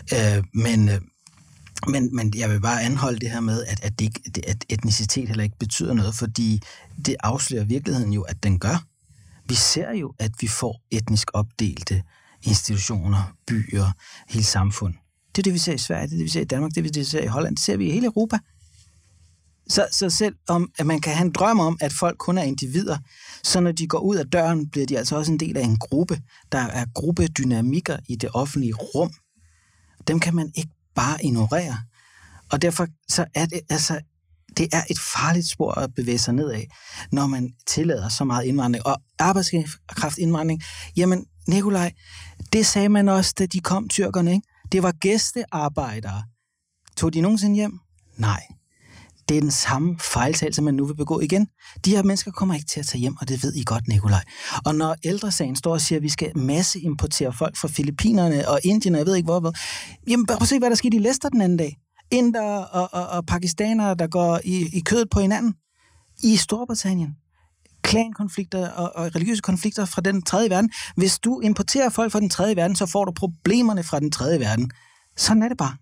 Men jeg vil bare anholde det her med, at etnicitet heller ikke betyder noget, fordi det afslører virkeligheden jo, at den gør. Vi ser jo, at vi får etnisk opdelte institutioner, byer, hele samfund. Det er det, vi ser i Sverige, det er det, vi ser i Danmark, det er det, vi ser i Holland, det ser vi i hele Europa. Så selv om at man kan have en drøm om, at folk kun er individer, så når de går ud af døren, bliver de altså også en del af en gruppe. Der er gruppedynamikker i det offentlige rum. Dem kan man ikke bare ignorere. Og derfor så er det er et farligt spor at bevæge sig nedad, når man tillader så meget indvandring. Og arbejdskraftindvandring, jamen Nikolaj, det sagde man også, da de kom, tyrkerne, ikke? Det var gæstearbejdere. Tog de nogensinde hjem? Nej. Det er den samme fejltagelse, man nu vil begå igen. De her mennesker kommer ikke til at tage hjem, og det ved I godt, Nikolaj. Og når Ældresagen står og siger, at vi skal masseimportere folk fra Filippinerne og Indien, og jeg ved ikke hvor, jamen prøv at se, hvad der skete i Leicester den anden dag. Inder og pakistanere, der går i kødet på hinanden. I Storbritannien. Klankonflikter og religiøse konflikter fra den tredje verden. Hvis du importerer folk fra den tredje verden, så får du problemerne fra den tredje verden. Sådan er det bare.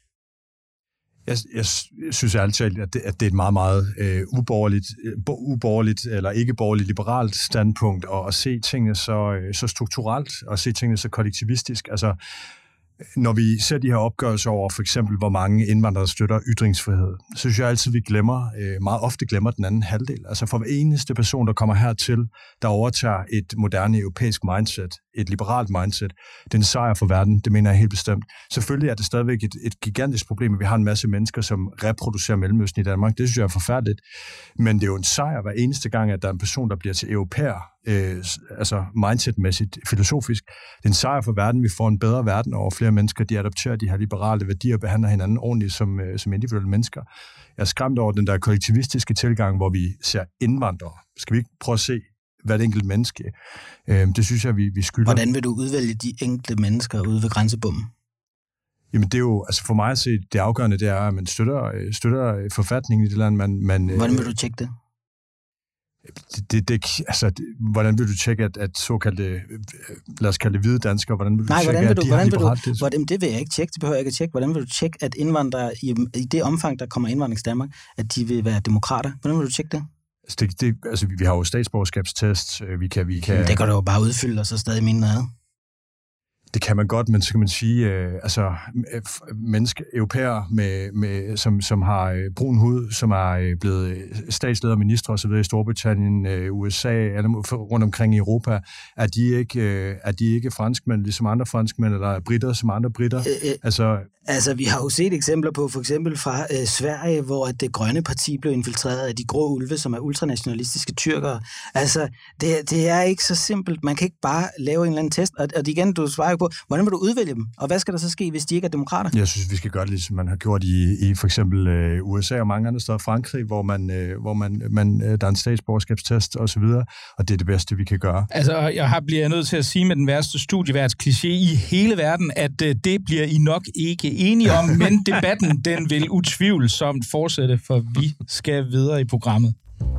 Jeg synes altid, at det er et meget, meget uborgerligt eller ikke-borgerligt liberalt standpunkt at se tingene så strukturelt og se tingene så kollektivistisk. Altså, når vi ser de her opgørelser over for eksempel, hvor mange indvandrere støtter ytringsfrihed, så synes jeg altid, at vi meget ofte glemmer den anden halvdel. Altså for hver eneste person, der kommer hertil, der overtager et moderne europæisk mindset, et liberalt mindset, det er en sejr for verden, det mener jeg helt bestemt. Selvfølgelig er det stadigvæk et gigantisk problem, at vi har en masse mennesker, som reproducerer Mellemøsten i Danmark. Det synes jeg er forfærdeligt. Men det er jo en sejr hver eneste gang, at der er en person, der bliver til europæer, altså mindsetmæssigt, filosofisk. Det er en sejr for verden. Vi får en bedre verden over flere mennesker. De adopterer de her liberale værdier og behandler hinanden ordentligt som individuelle mennesker. Jeg er skræmt over den der kollektivistiske tilgang, hvor vi ser indvandrere. Skal vi ikke prøve at se hvert enkelt menneske? Det synes jeg, vi skylder. Hvordan vil du udvælge de enkelte mennesker ude ved grænsebommen? Jamen det er jo, altså for mig at se, det afgørende, det er, at man støtter forfatningen i det land, man Hvordan vil du tjekke det? Hvordan vil du tjekke, at såkaldte, lad os kalde det hvide danskere, hvordan vil du tjekke, det vil jeg ikke tjekke, det behøver jeg ikke at tjekke. Hvordan vil du tjekke, at indvandrere, i det omfang, der kommer indvandring til Danmark, at de vil være demokrater? Hvordan vil du tjekke det? Altså, vi har jo statsborgerskabstest, vi kan... Det kan du jo bare udfylde, og så stadig mine ad. Det kan man godt, men så kan man sige, europæere, som har brun hud, som er blevet statsleder og ministre og så videre i Storbritannien, USA, rundt omkring i Europa, er de ikke franskmænd, ligesom andre franskmænd, eller britter som andre britter? Altså, vi har jo set eksempler på, for eksempel fra Sverige, hvor det grønne parti blev infiltreret af de grå ulve, som er ultranationalistiske tyrkere. Altså, det er ikke så simpelt. Man kan ikke bare lave en eller anden test, og igen, du svarer på, hvordan vil du udvælge dem? Og hvad skal der så ske, hvis de ikke er demokrater? Jeg synes, vi skal gøre det, ligesom man har gjort i for eksempel USA og mange andre steder, Frankrig, hvor der er en statsborgerskabstest og så videre, og det er det bedste, vi kan gøre. Altså, jeg bliver nødt til at sige med den værste studieværts kliché i hele verden, at det bliver I nok ikke enige om, men debatten, den vil utvivlsomt fortsætte, for vi skal videre i programmet.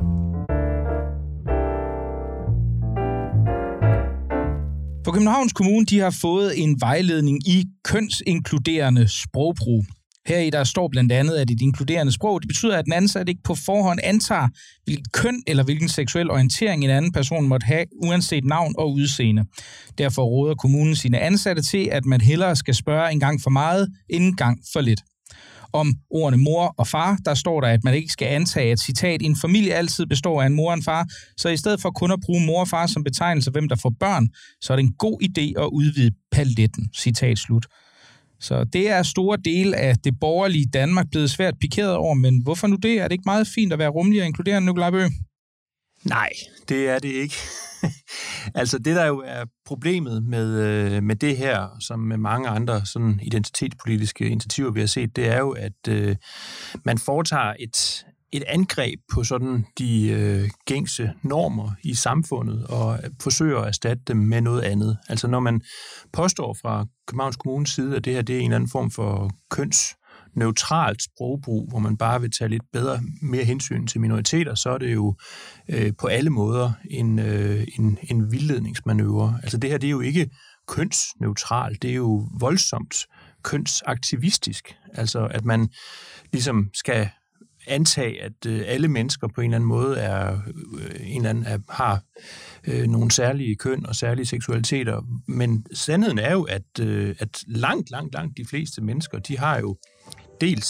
For Københavns Kommune, de har fået en vejledning i kønsinkluderende sprogbrug. Heri der står blandt andet, at et inkluderende sprog, det betyder, at den ansatte ikke på forhånd antager, hvilket køn eller hvilken seksuel orientering en anden person måtte have, uanset navn og udseende. Derfor råder kommunen sine ansatte til, at man hellere skal spørge en gang for meget, end en gang for lidt. om ordene mor og far. Der står der, at man ikke skal antage, at citat, en familie altid består af en mor og en far, så i stedet for kun at bruge mor og far som betegnelse, hvem der får børn, så er det en god idé at udvide paletten, citat slut. Så det er store dele af det borgerlige Danmark blevet svært pikeret over, men hvorfor nu det? Er det ikke meget fint at være rummelig og inkluderende, Nikolaj Bøe? Nej, det er det ikke. Altså det, der jo er problemet med det her, som med mange andre sådan identitetspolitiske initiativer, vi har set, det er jo, at man foretager et angreb på sådan de gængse normer i samfundet og forsøger at erstatte dem med noget andet. Altså når man påstår fra Københavns Kommunes side, at det her det er en eller anden form for kønsneutralt sprogbrug, hvor man bare vil tage lidt mere hensyn til minoriteter, så er det jo på alle måder en vildledningsmanøvre. Altså det her det er jo ikke kønsneutralt, det er jo voldsomt kønsaktivistisk. Altså at man ligesom skal antage, at alle mennesker på en eller anden måde har nogle særlige køn og særlige seksualiteter. Men sandheden er jo, at langt de fleste mennesker, de har jo dels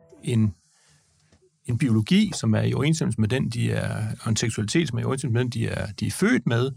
en biologi, som er i overensstemmelse med den, og en seksualitet, som er i overensstemmelse med den, de er født med,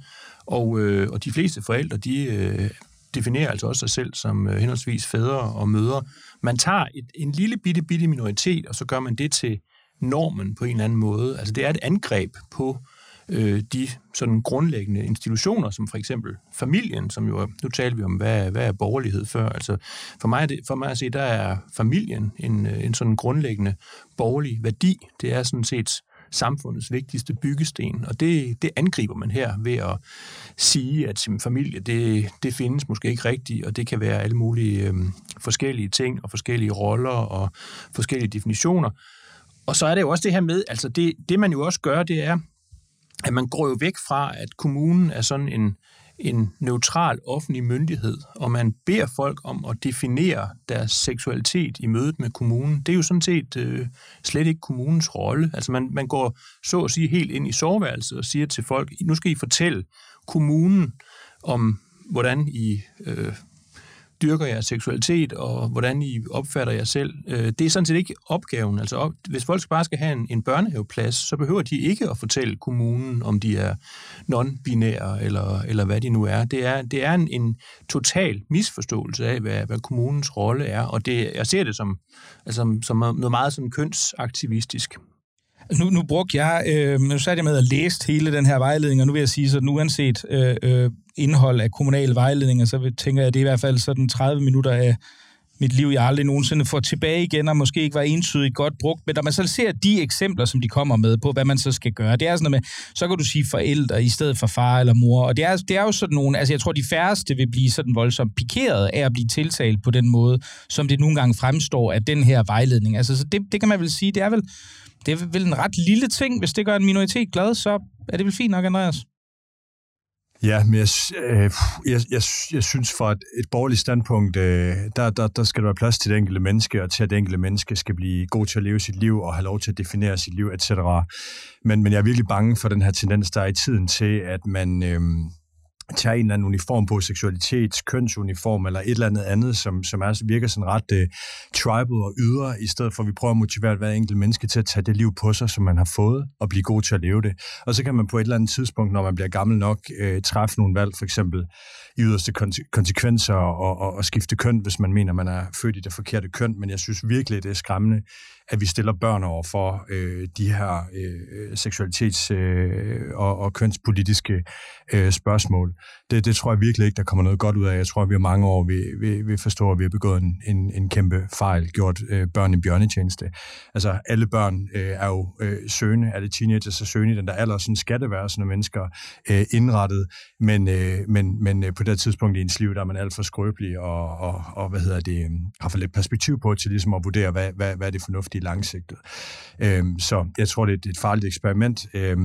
og de fleste forældre, de definerer altså også sig selv som henholdsvis fædre og mødre. Man tager en lille bitte minoritet, og så gør man det til normen på en eller anden måde. Altså det er et angreb på de sådan grundlæggende institutioner, som for eksempel familien, som jo, nu taler vi om, hvad er borgerlighed før. Altså for mig at se, der er familien en sådan grundlæggende borgerlig værdi. Det er sådan set samfundets vigtigste byggesten, og det angriber man her ved at sige, at sin familie, det findes måske ikke rigtigt, og det kan være alle mulige forskellige ting, og forskellige roller, og forskellige definitioner. Og så er det jo også det her med, altså det man jo også gør, det er, at man går jo væk fra, at kommunen er sådan en neutral offentlig myndighed, og man beder folk om at definere deres seksualitet i mødet med kommunen. Det er jo sådan set slet ikke kommunens rolle. Altså man går så at sige helt ind i soveværelset og siger til folk, nu skal I fortælle kommunen om, hvordan I dyrker jeres seksualitet, og hvordan I opfatter jer selv. Det er sådan set ikke opgaven. Altså, hvis folk bare skal have en børnehaveplads, så behøver de ikke at fortælle kommunen, om de er non-binære, eller hvad de nu er. Det er en total misforståelse af, hvad kommunens rolle er, og jeg ser det som noget meget sådan kønsaktivistisk. Nu brugte jeg, nu satte jeg med at læse hele den her vejledning, og nu vil jeg sige, sådan uanset indhold af kommunale vejledninger, så tænker jeg, at det er i hvert fald sådan 30 minutter af mit liv, jeg aldrig nogensinde får tilbage igen, og måske ikke var entydigt godt brugt. Men når man så ser de eksempler, som de kommer med på, hvad man så skal gøre, det er sådan noget med, så kan du sige forældre i stedet for far eller mor, og det er jo sådan nogle, altså jeg tror, de færreste vil blive sådan voldsomt pikeret af at blive tiltalt på den måde, som det nogle gange fremstår af den her vejledning. Altså så det kan man vel sige, det er vel en ret lille ting. Hvis det gør en minoritet glad, så er det vel fint nok, Andreas? Ja, men jeg synes for et borgerligt standpunkt, der skal der være plads til det enkelte menneske, og til at det enkelte menneske skal blive god til at leve sit liv, og have lov til at definere sit liv, etc. Men jeg er virkelig bange for den her tendens, der er i tiden til, at man tager en eller anden uniform på, seksualitets, kønsuniform eller et eller andet, som virker sådan ret tribal og ydre, i stedet for at vi prøver at motivere hver enkelt menneske til at tage det liv på sig, som man har fået, og blive god til at leve det. Og så kan man på et eller andet tidspunkt, når man bliver gammel nok, træffe nogle valg, for eksempel i yderste konsekvenser og skifte køn, hvis man mener, man er født i det forkerte køn. Men jeg synes virkelig, det er skræmmende, at vi stiller børn over for de her seksualitets- og kønspolitiske spørgsmål. Det tror jeg virkelig ikke, der kommer noget godt ud af. Jeg tror, at vi har mange år vi forstår, at vi har begået en kæmpe fejl, gjort børn en bjørnetjeneste. Altså, alle børn er jo søgende. Alle teenagers er søgende i den der alder, sådan skal det være, sådan mennesker indrettet. Men på det tidspunkt i ens liv, der er man alt for skrøbelig og har for lidt perspektiv på til ligesom at vurdere, hvad er det fornuftige langsigtet. Så jeg tror, det er et farligt eksperiment.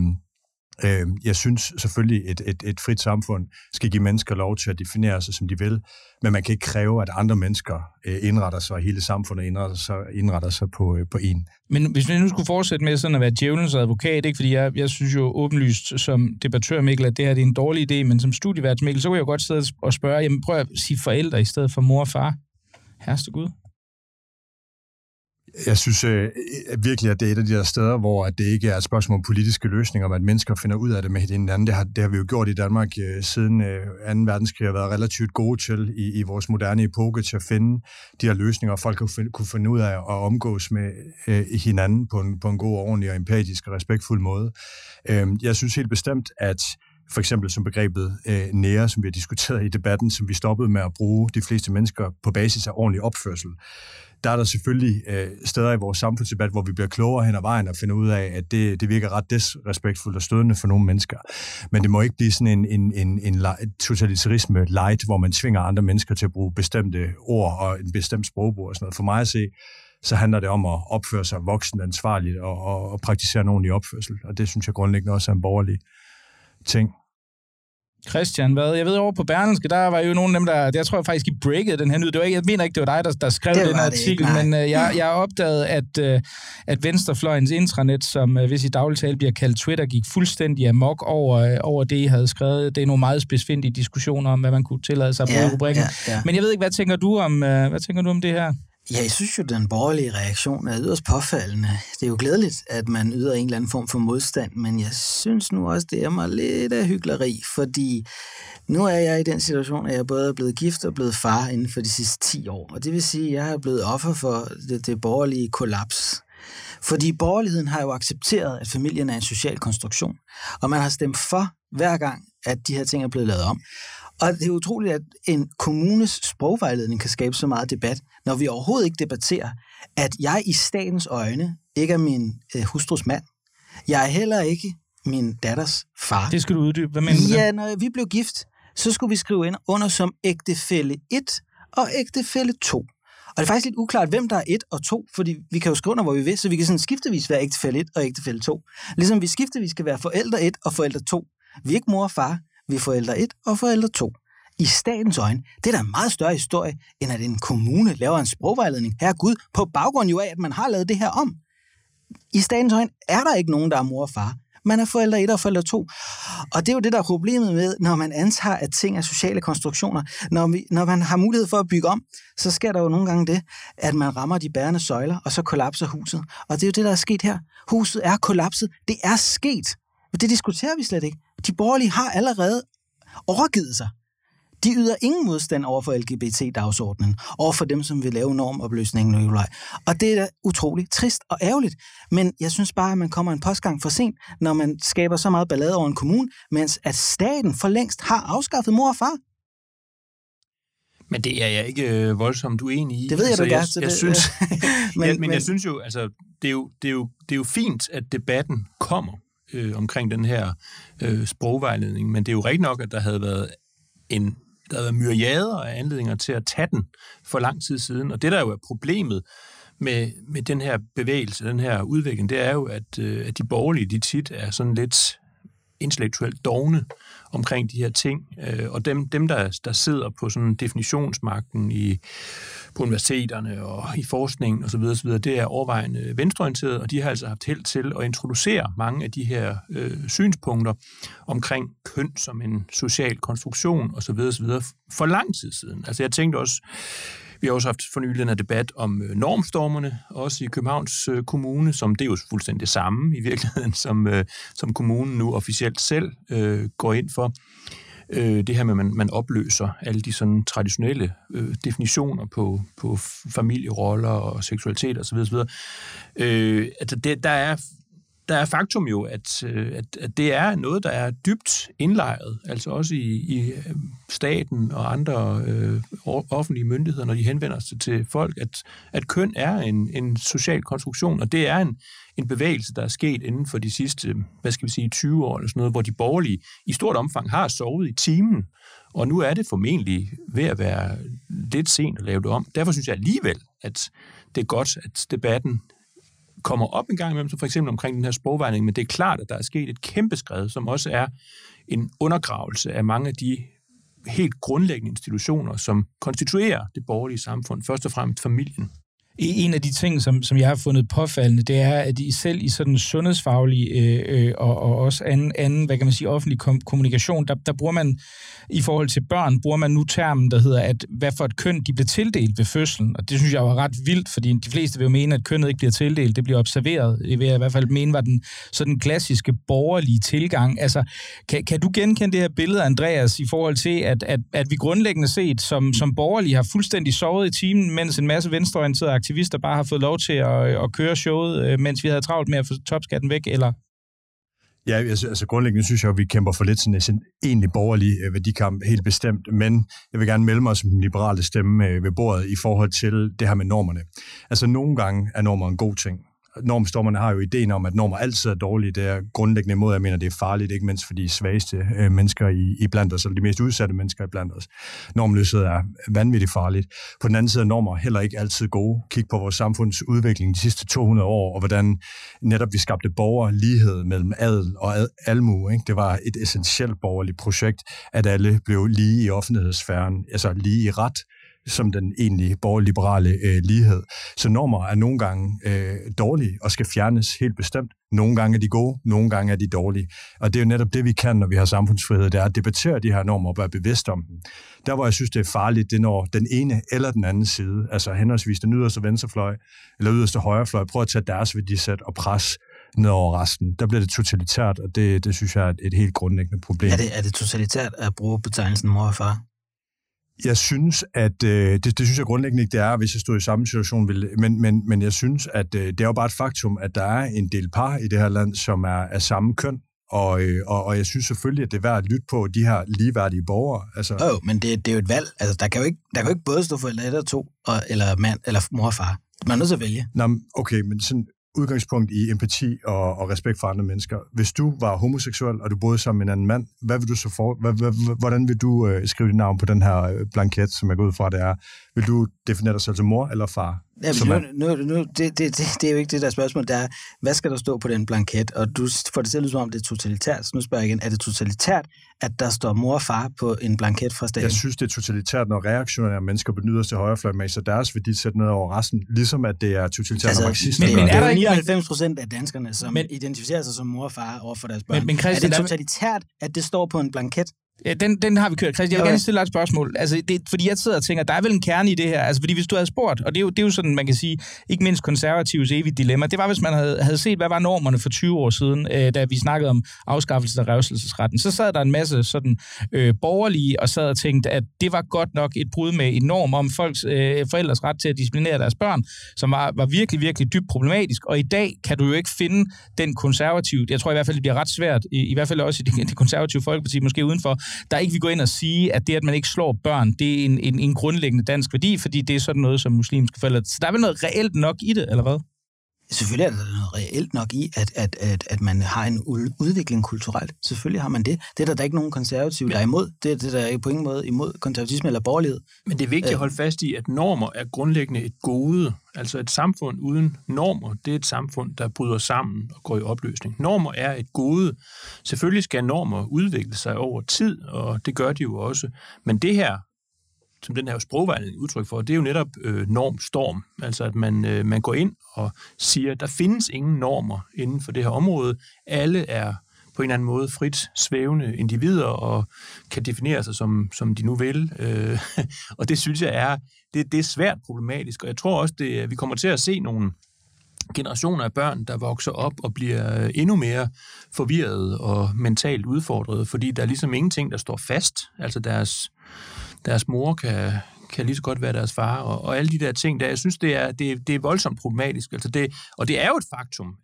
Jeg synes selvfølgelig, et frit samfund skal give mennesker lov til at definere sig, som de vil, men man kan ikke kræve, at andre mennesker indretter sig, og hele samfundet indretter sig på en. Men hvis vi nu skulle fortsætte med sådan at være djævelens advokat, ikke? Fordi jeg synes jo åbenlyst som debattør, Mikkel, at det her det er en dårlig idé, men som studievært, Mikkel, så kunne jeg jo godt sidde og spørge, jamen prøv at sige forældre i stedet for mor og far. Herreste Gud. Jeg synes virkelig, at det er et af de der steder, hvor det ikke er et spørgsmål om politiske løsninger, men at mennesker finder ud af det med hinanden. Det har vi jo gjort i Danmark siden 2. verdenskrig, har været relativt gode til i vores moderne epoke til at finde de her løsninger, og folk kunne finde ud af at omgås med hinanden på en god, ordentlig og empatisk og respektfuld måde. Jeg synes helt bestemt, at for eksempel som begrebet nære, som vi har diskuteret i debatten, som vi stoppede med at bruge de fleste mennesker på basis af ordentlig opførsel. Der er der selvfølgelig steder i vores samfundsdebat, hvor vi bliver klogere hen ad vejen og finder ud af, at det virker ret disrespektfuldt og stødende for nogle mennesker. Men det må ikke blive sådan en totalitarisme light, hvor man tvinger andre mennesker til at bruge bestemte ord og en bestemt sprogbrug og sådan noget. For mig at se, så handler det om at opføre sig voksen ansvarligt og praktisere en ordentlig opførsel. Og det synes jeg grundlæggende også er en borgerlig ting. Christian, jeg ved over på Berlingske, der var jo nogle af dem, jeg tror faktisk, I breakede den her nyhed. Jeg mener ikke, det var dig, der skrev den her artikel, men jeg opdagede, at Venstrefløjens intranet, som hvis i dagligtale bliver kaldt Twitter, gik fuldstændig amok over det, I havde skrevet. Det er nogle meget specifikke diskussioner om, hvad man kunne tillade sig på rubrikken. Ja. Men jeg ved ikke, hvad tænker du om det her? Ja, jeg synes jo, at den borgerlige reaktion er yderst påfaldende. Det er jo glædeligt, at man yder en eller anden form for modstand, men jeg synes nu også, det er mig lidt af hykleri, fordi nu er jeg i den situation, at jeg både er blevet gift og blevet far inden for de sidste 10 år. Og det vil sige, at jeg er blevet offer for det borgerlige kollaps. Fordi borgerligheden har jo accepteret, at familien er en social konstruktion, og man har stemt for hver gang, at de her ting er blevet lavet om. Og det er utroligt, at en kommunes sprogvejledning kan skabe så meget debat, når vi overhovedet ikke debatterer, at jeg i statens øjne ikke er min hustrus mand. Jeg er heller ikke min datters far. Det skal du uddybe. Hvad mener du? Ja, når vi blev gift, så skulle vi skrive ind under som ægtefælle 1 og ægtefælle 2. Og det er faktisk lidt uklart, hvem der er 1 og 2, fordi vi kan jo skrive under, hvor vi vil, så vi kan sådan skiftevis være ægtefælle 1 og ægtefælle 2. Ligesom vi skiftevis skal være forældre 1 og forældre 2. Vi er ikke mor og far, vi er forældre 1 og forældre 2. I statens øjne, det er da en meget større historie, end at en kommune laver en sprogvejledning. Herre Gud, på baggrund jo af, at man har lavet det her om. I statens øjne er der ikke nogen, der er mor og far. Man er forældre 1 og forældre 2. Og det er jo det, der er problemet med, når man antager, at ting er sociale konstruktioner. Når man har mulighed for at bygge om, så sker der jo nogle gange det, at man rammer de bærende søjler, og så kollapser huset. Og det er jo det, der er sket her. Huset er kollapset. Det er sket. Men det diskuterer vi slet ikke. De borgerlige har allerede overgivet sig. De yder ingen modstand over for LGBT-dagsordenen, over for dem, som vil lave normopløsningen, Nikolaj. Og det er da utroligt trist og ærgerligt. Men jeg synes bare, at man kommer en postgang for sent, når man skaber så meget ballade over en kommune, mens at staten for længst har afskaffet mor og far. Men det er jeg ikke voldsomt uenig i. Det ved jeg, du gerne. Jeg synes, men jeg synes jo, altså, det er jo fint, at debatten kommer omkring den her sprogvejledning, men det er jo rigtigt nok, at der havde været myriader af anledninger til at tage den for lang tid siden. Og det, der jo er problemet med den her bevægelse, den her udvikling, det er jo, at de borgerlige, de tit er sådan lidt intellektuelt dovne omkring de her ting. Og dem der sidder på sådan definitionsmagten på universiteterne og i forskningen osv., det er overvejende venstreorienteret, og de har altså haft held til at introducere mange af de her synspunkter omkring køn som en social konstruktion osv. for lang tid siden. Altså jeg tænkte også, vi har også haft for nylig den her debat om normstormerne, også i Københavns Kommune, som det er jo fuldstændig det samme i virkeligheden, som kommunen nu officielt selv går ind for. Det her med, at man opløser alle de sådan traditionelle definitioner på familieroller og seksualitet osv. Altså der er faktum jo, at det er noget, der er dybt indlejret, altså også i staten og andre offentlige myndigheder, når de henvender sig til folk, at køn er en social konstruktion, og det er en bevægelse, der er sket inden for de sidste, 20 år eller sådan noget, hvor de borgerlige i stort omfang har sovet i timen, og nu er det formentlig ved at være lidt sent at lave det om. Derfor synes jeg alligevel, at det er godt, at debatten kommer op en gang imellem, som for eksempel omkring den her sprogvejledning, men det er klart, at der er sket et kæmpe skred, som også er en undergravelse af mange af de helt grundlæggende institutioner, som konstituerer det borgerlige samfund, først og fremmest familien. En af de ting, som jeg har fundet påfaldende, det er, at selv i sådan sundhedsfaglig og også anden, hvad kan man sige, offentlig kommunikation, der bruger man, i forhold til børn, bruger man nu termen, der hedder, at hvad for et køn de bliver tildelt ved fødslen. Og det synes jeg var ret vildt, fordi de fleste vil jo mene, at kønnet ikke bliver tildelt, det bliver observeret. Det vil jeg i hvert fald mene var den sådan klassiske borgerlige tilgang. Altså, kan du genkende det her billede, Andreas, i forhold til, at vi grundlæggende set som borgerlige har fuldstændig sovet i timen, mens en masse venstreorienterede aktivister bare har fået lov til at køre showet, mens vi havde travlt med at få topskatten væk, eller? Ja, altså grundlæggende synes jeg, at vi kæmper for lidt sådan en egentlig borgerlig værdikamp, helt bestemt, men jeg vil gerne melde mig som den liberale stemme ved bordet i forhold til det her med normerne. Altså nogle gange er normer en god ting. Normstormerne har jo ideen om, at normer altid er dårlige. Det er grundlæggende imod, jeg mener, det er farligt, ikke mindst for de svageste mennesker i blandt os, eller de mest udsatte mennesker i blandt os. Normløshed er vanvittigt farligt. På den anden side er normer heller ikke altid gode. Kig på vores samfunds udvikling de sidste 200 år, og hvordan netop vi skabte borgerlighed mellem adel og almue. Ikke? Det var et essentielt borgerligt projekt, at alle blev lige i offentlighedssfæren, altså lige i ret, som den egentlig borgerliberale lighed. Så normer er nogle gange dårlige og skal fjernes helt bestemt. Nogle gange er de gode, nogle gange er de dårlige. Og det er jo netop det, vi kan, når vi har samfundsfrihed, det er at debattere de her normer og være bevidst om dem. Der, hvor jeg synes, det er farligt, det er når den ene eller den anden side, altså henholdsvis den yderste venstrefløj eller yderste højrefløj, prøver at tage deres værdisæt og pres ned over resten. Der bliver det totalitært, og det synes jeg er et helt grundlæggende problem. Er det totalitært at bruge betegnelsen mor og far? Jeg synes, at det synes jeg grundlæggende ikke, det er, hvis jeg stod i samme situation. Men jeg synes, at det er jo bare et faktum, at der er en del par i det her land, som er af samme køn. Og jeg synes selvfølgelig, at det er værd at lytte på de her ligeværdige borgere. Altså. Men det er jo et valg. Altså, der kan jo ikke både stå forældre eller to, eller mand, eller mor og far. Man er nødt til at vælge. Nå, okay, men sådan udgangspunkt i empati og respekt for andre mennesker. Hvis du var homoseksuel, og du boede sammen med en anden mand, hvad vil du så hvordan vil du skrive dit navn på den her blanket, som jeg går ud fra, det er? Vil du definere dig selv som mor eller far? Ja, det er jo ikke det der spørgsmål. Det er, hvad skal der stå på den blanket? Og du får det selv ud som om, det er totalitært. Så nu spørger jeg igen, er det totalitært, at der står mor og far på en blanket fra staten? Jeg synes, det er totalitært, når reaktionære mennesker på den yderste højrefløj med så deres værdisæt ned over resten, ligesom at det er totalitært, når marxister. Men er der ikke 99% af danskerne, som identificerer sig som mor og far over for deres børn? Men er det totalitært, at det står på en blanket? Ja, den har vi kørt. Christian, jeg vil gerne stille dig et spørgsmål. Altså, fordi jeg sidder og tænker, der er vel en kerne i det her. Altså, fordi hvis du havde spurgt, og det er jo sådan, man kan sige, ikke mindst konservatives evigt dilemma, det var, hvis man havde set, hvad var normerne for 20 år siden, da vi snakkede om afskaffelse af revselsesretten. Så sad der en masse sådan borgerlige og sad og tænkte, at det var godt nok et brud med en norm om folks forældres ret til at disciplinere deres børn, som var virkelig, virkelig dybt problematisk. Og i dag kan du jo ikke finde den konservative, jeg tror i hvert fald, det bliver ret svært, i hvert fald også i det konservative folkeparti, måske udenfor, der ikke vil gå ind og sige, at det, at man ikke slår børn, det er en grundlæggende dansk værdi, fordi det er sådan noget, som muslimske forældre. Så der er vel noget reelt nok i det, eller hvad? Selvfølgelig er der noget reelt nok i, at man har en udvikling kulturelt. Selvfølgelig har man det. Det er der ikke nogen konservative, der er imod. Det er der på ingen måde imod konservatisme eller borgerlighed. Men det er vigtigt at holde fast i, at normer er grundlæggende et gode. Altså et samfund uden normer, det er et samfund, der bryder sammen og går i opløsning. Normer er et gode. Selvfølgelig skal normer udvikle sig over tid, og det gør de jo også. Men det her, som den her sprogvejledning udtryk for, det er jo netop normstorm. Altså at man går ind og siger, at der findes ingen normer inden for det her område. Alle er på en eller anden måde frit svævende individer og kan definere sig, som de nu vil. Og det synes jeg det er svært problematisk. Og jeg tror også, at vi kommer til at se nogle generationer af børn, der vokser op og bliver endnu mere forvirrede og mentalt udfordrede, fordi der er ligesom ingenting, der står fast. Altså deres mor kan lige så godt være deres far, og alle de der ting, der jeg synes, det er voldsomt problematisk. Altså og det er jo et faktum,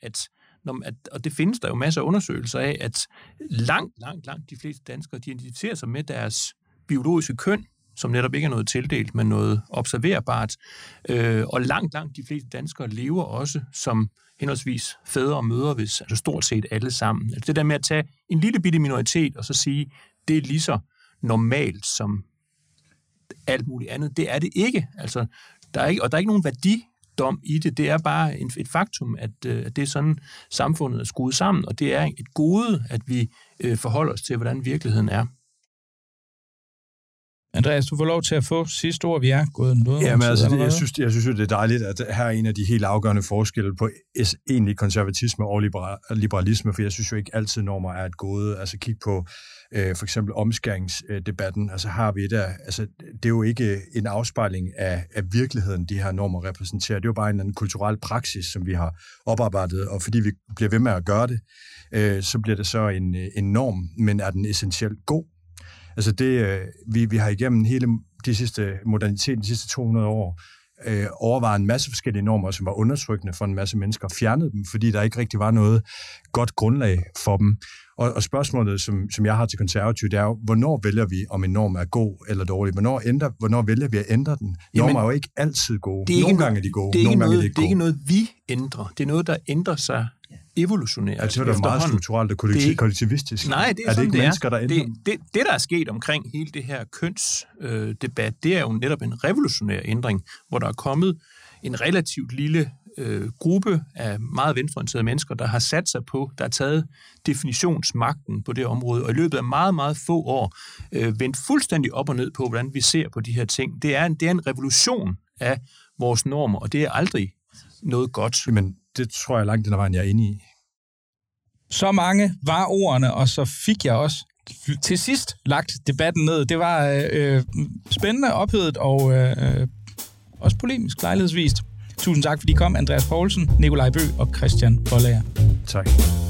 og det findes der jo masser af undersøgelser af, at langt de fleste danskere, de identificerer sig med deres biologiske køn, som netop ikke er noget tildelt, men noget observerbart. Og langt de fleste danskere lever også som henholdsvis fædre og mødre, altså stort set alle sammen. Altså det der med at tage en lille bitte minoritet og så sige, det er lige så normalt som alt muligt andet. Det er det ikke. Altså, der er ikke nogen værdidom i det. Det er bare et faktum, at det er sådan, samfundet er skruet sammen, og det er et gode, at vi forholder os til, hvordan virkeligheden er. Andreas, du får lov til at få sidste ord. Vi er gået noget. Ja, men altså, jeg synes jo, det er dejligt, at her er en af de helt afgørende forskelle på egentlig konservatisme og liberalisme, for jeg synes jo ikke altid normer er et gode. Altså kig på for eksempel omskæringsdebatten. Altså har vi der, altså det er jo ikke en afspejling af virkeligheden, de her normer repræsenterer. Det er jo bare en eller anden kulturel praksis, som vi har oparbejdet, og fordi vi bliver ved med at gøre det, så bliver det så en norm, men er den essentielt god? Altså vi har igennem hele de sidste 200 år overvejet en masse forskellige normer, som var undertrykkende for en masse mennesker, og fjernede dem, fordi der ikke rigtig var noget godt grundlag for dem. Og spørgsmålet, som jeg har til konservative, det er jo, hvornår vælger vi, om en norm er god eller dårlig? Hvornår vælger vi at ændre den? Normer er jo ikke altid gode. Nogle gange er de gode, nogle gange er de ikke gode. Det er ikke noget, vi ændrer. Det er noget, der ændrer sig evolutionært. Altså, det er meget strukturelt og kollektivistisk. Nej, det er sådan, ikke det mennesker, der ændrer det, der er sket omkring hele det her kønsdebat, det er jo netop en revolutionær ændring, hvor der er kommet en relativt lille gruppe af meget venstreorienterede mennesker, der har sat sig på, der har taget definitionsmagten på det område, og i løbet af meget, meget få år vendt fuldstændig op og ned på, hvordan vi ser på de her ting. Det er en revolution af vores normer, og det er aldrig noget godt. Men det tror jeg langt den vejen, jeg er inde i. Så mange var ordene, og så fik jeg også til sidst lagt debatten ned. Det var spændende, ophedet og også polemisk lejlighedsvist. Tusind tak, fordi I kom, Andreas Poulsen, Nikolaj Bø og Christian Bollager. Tak.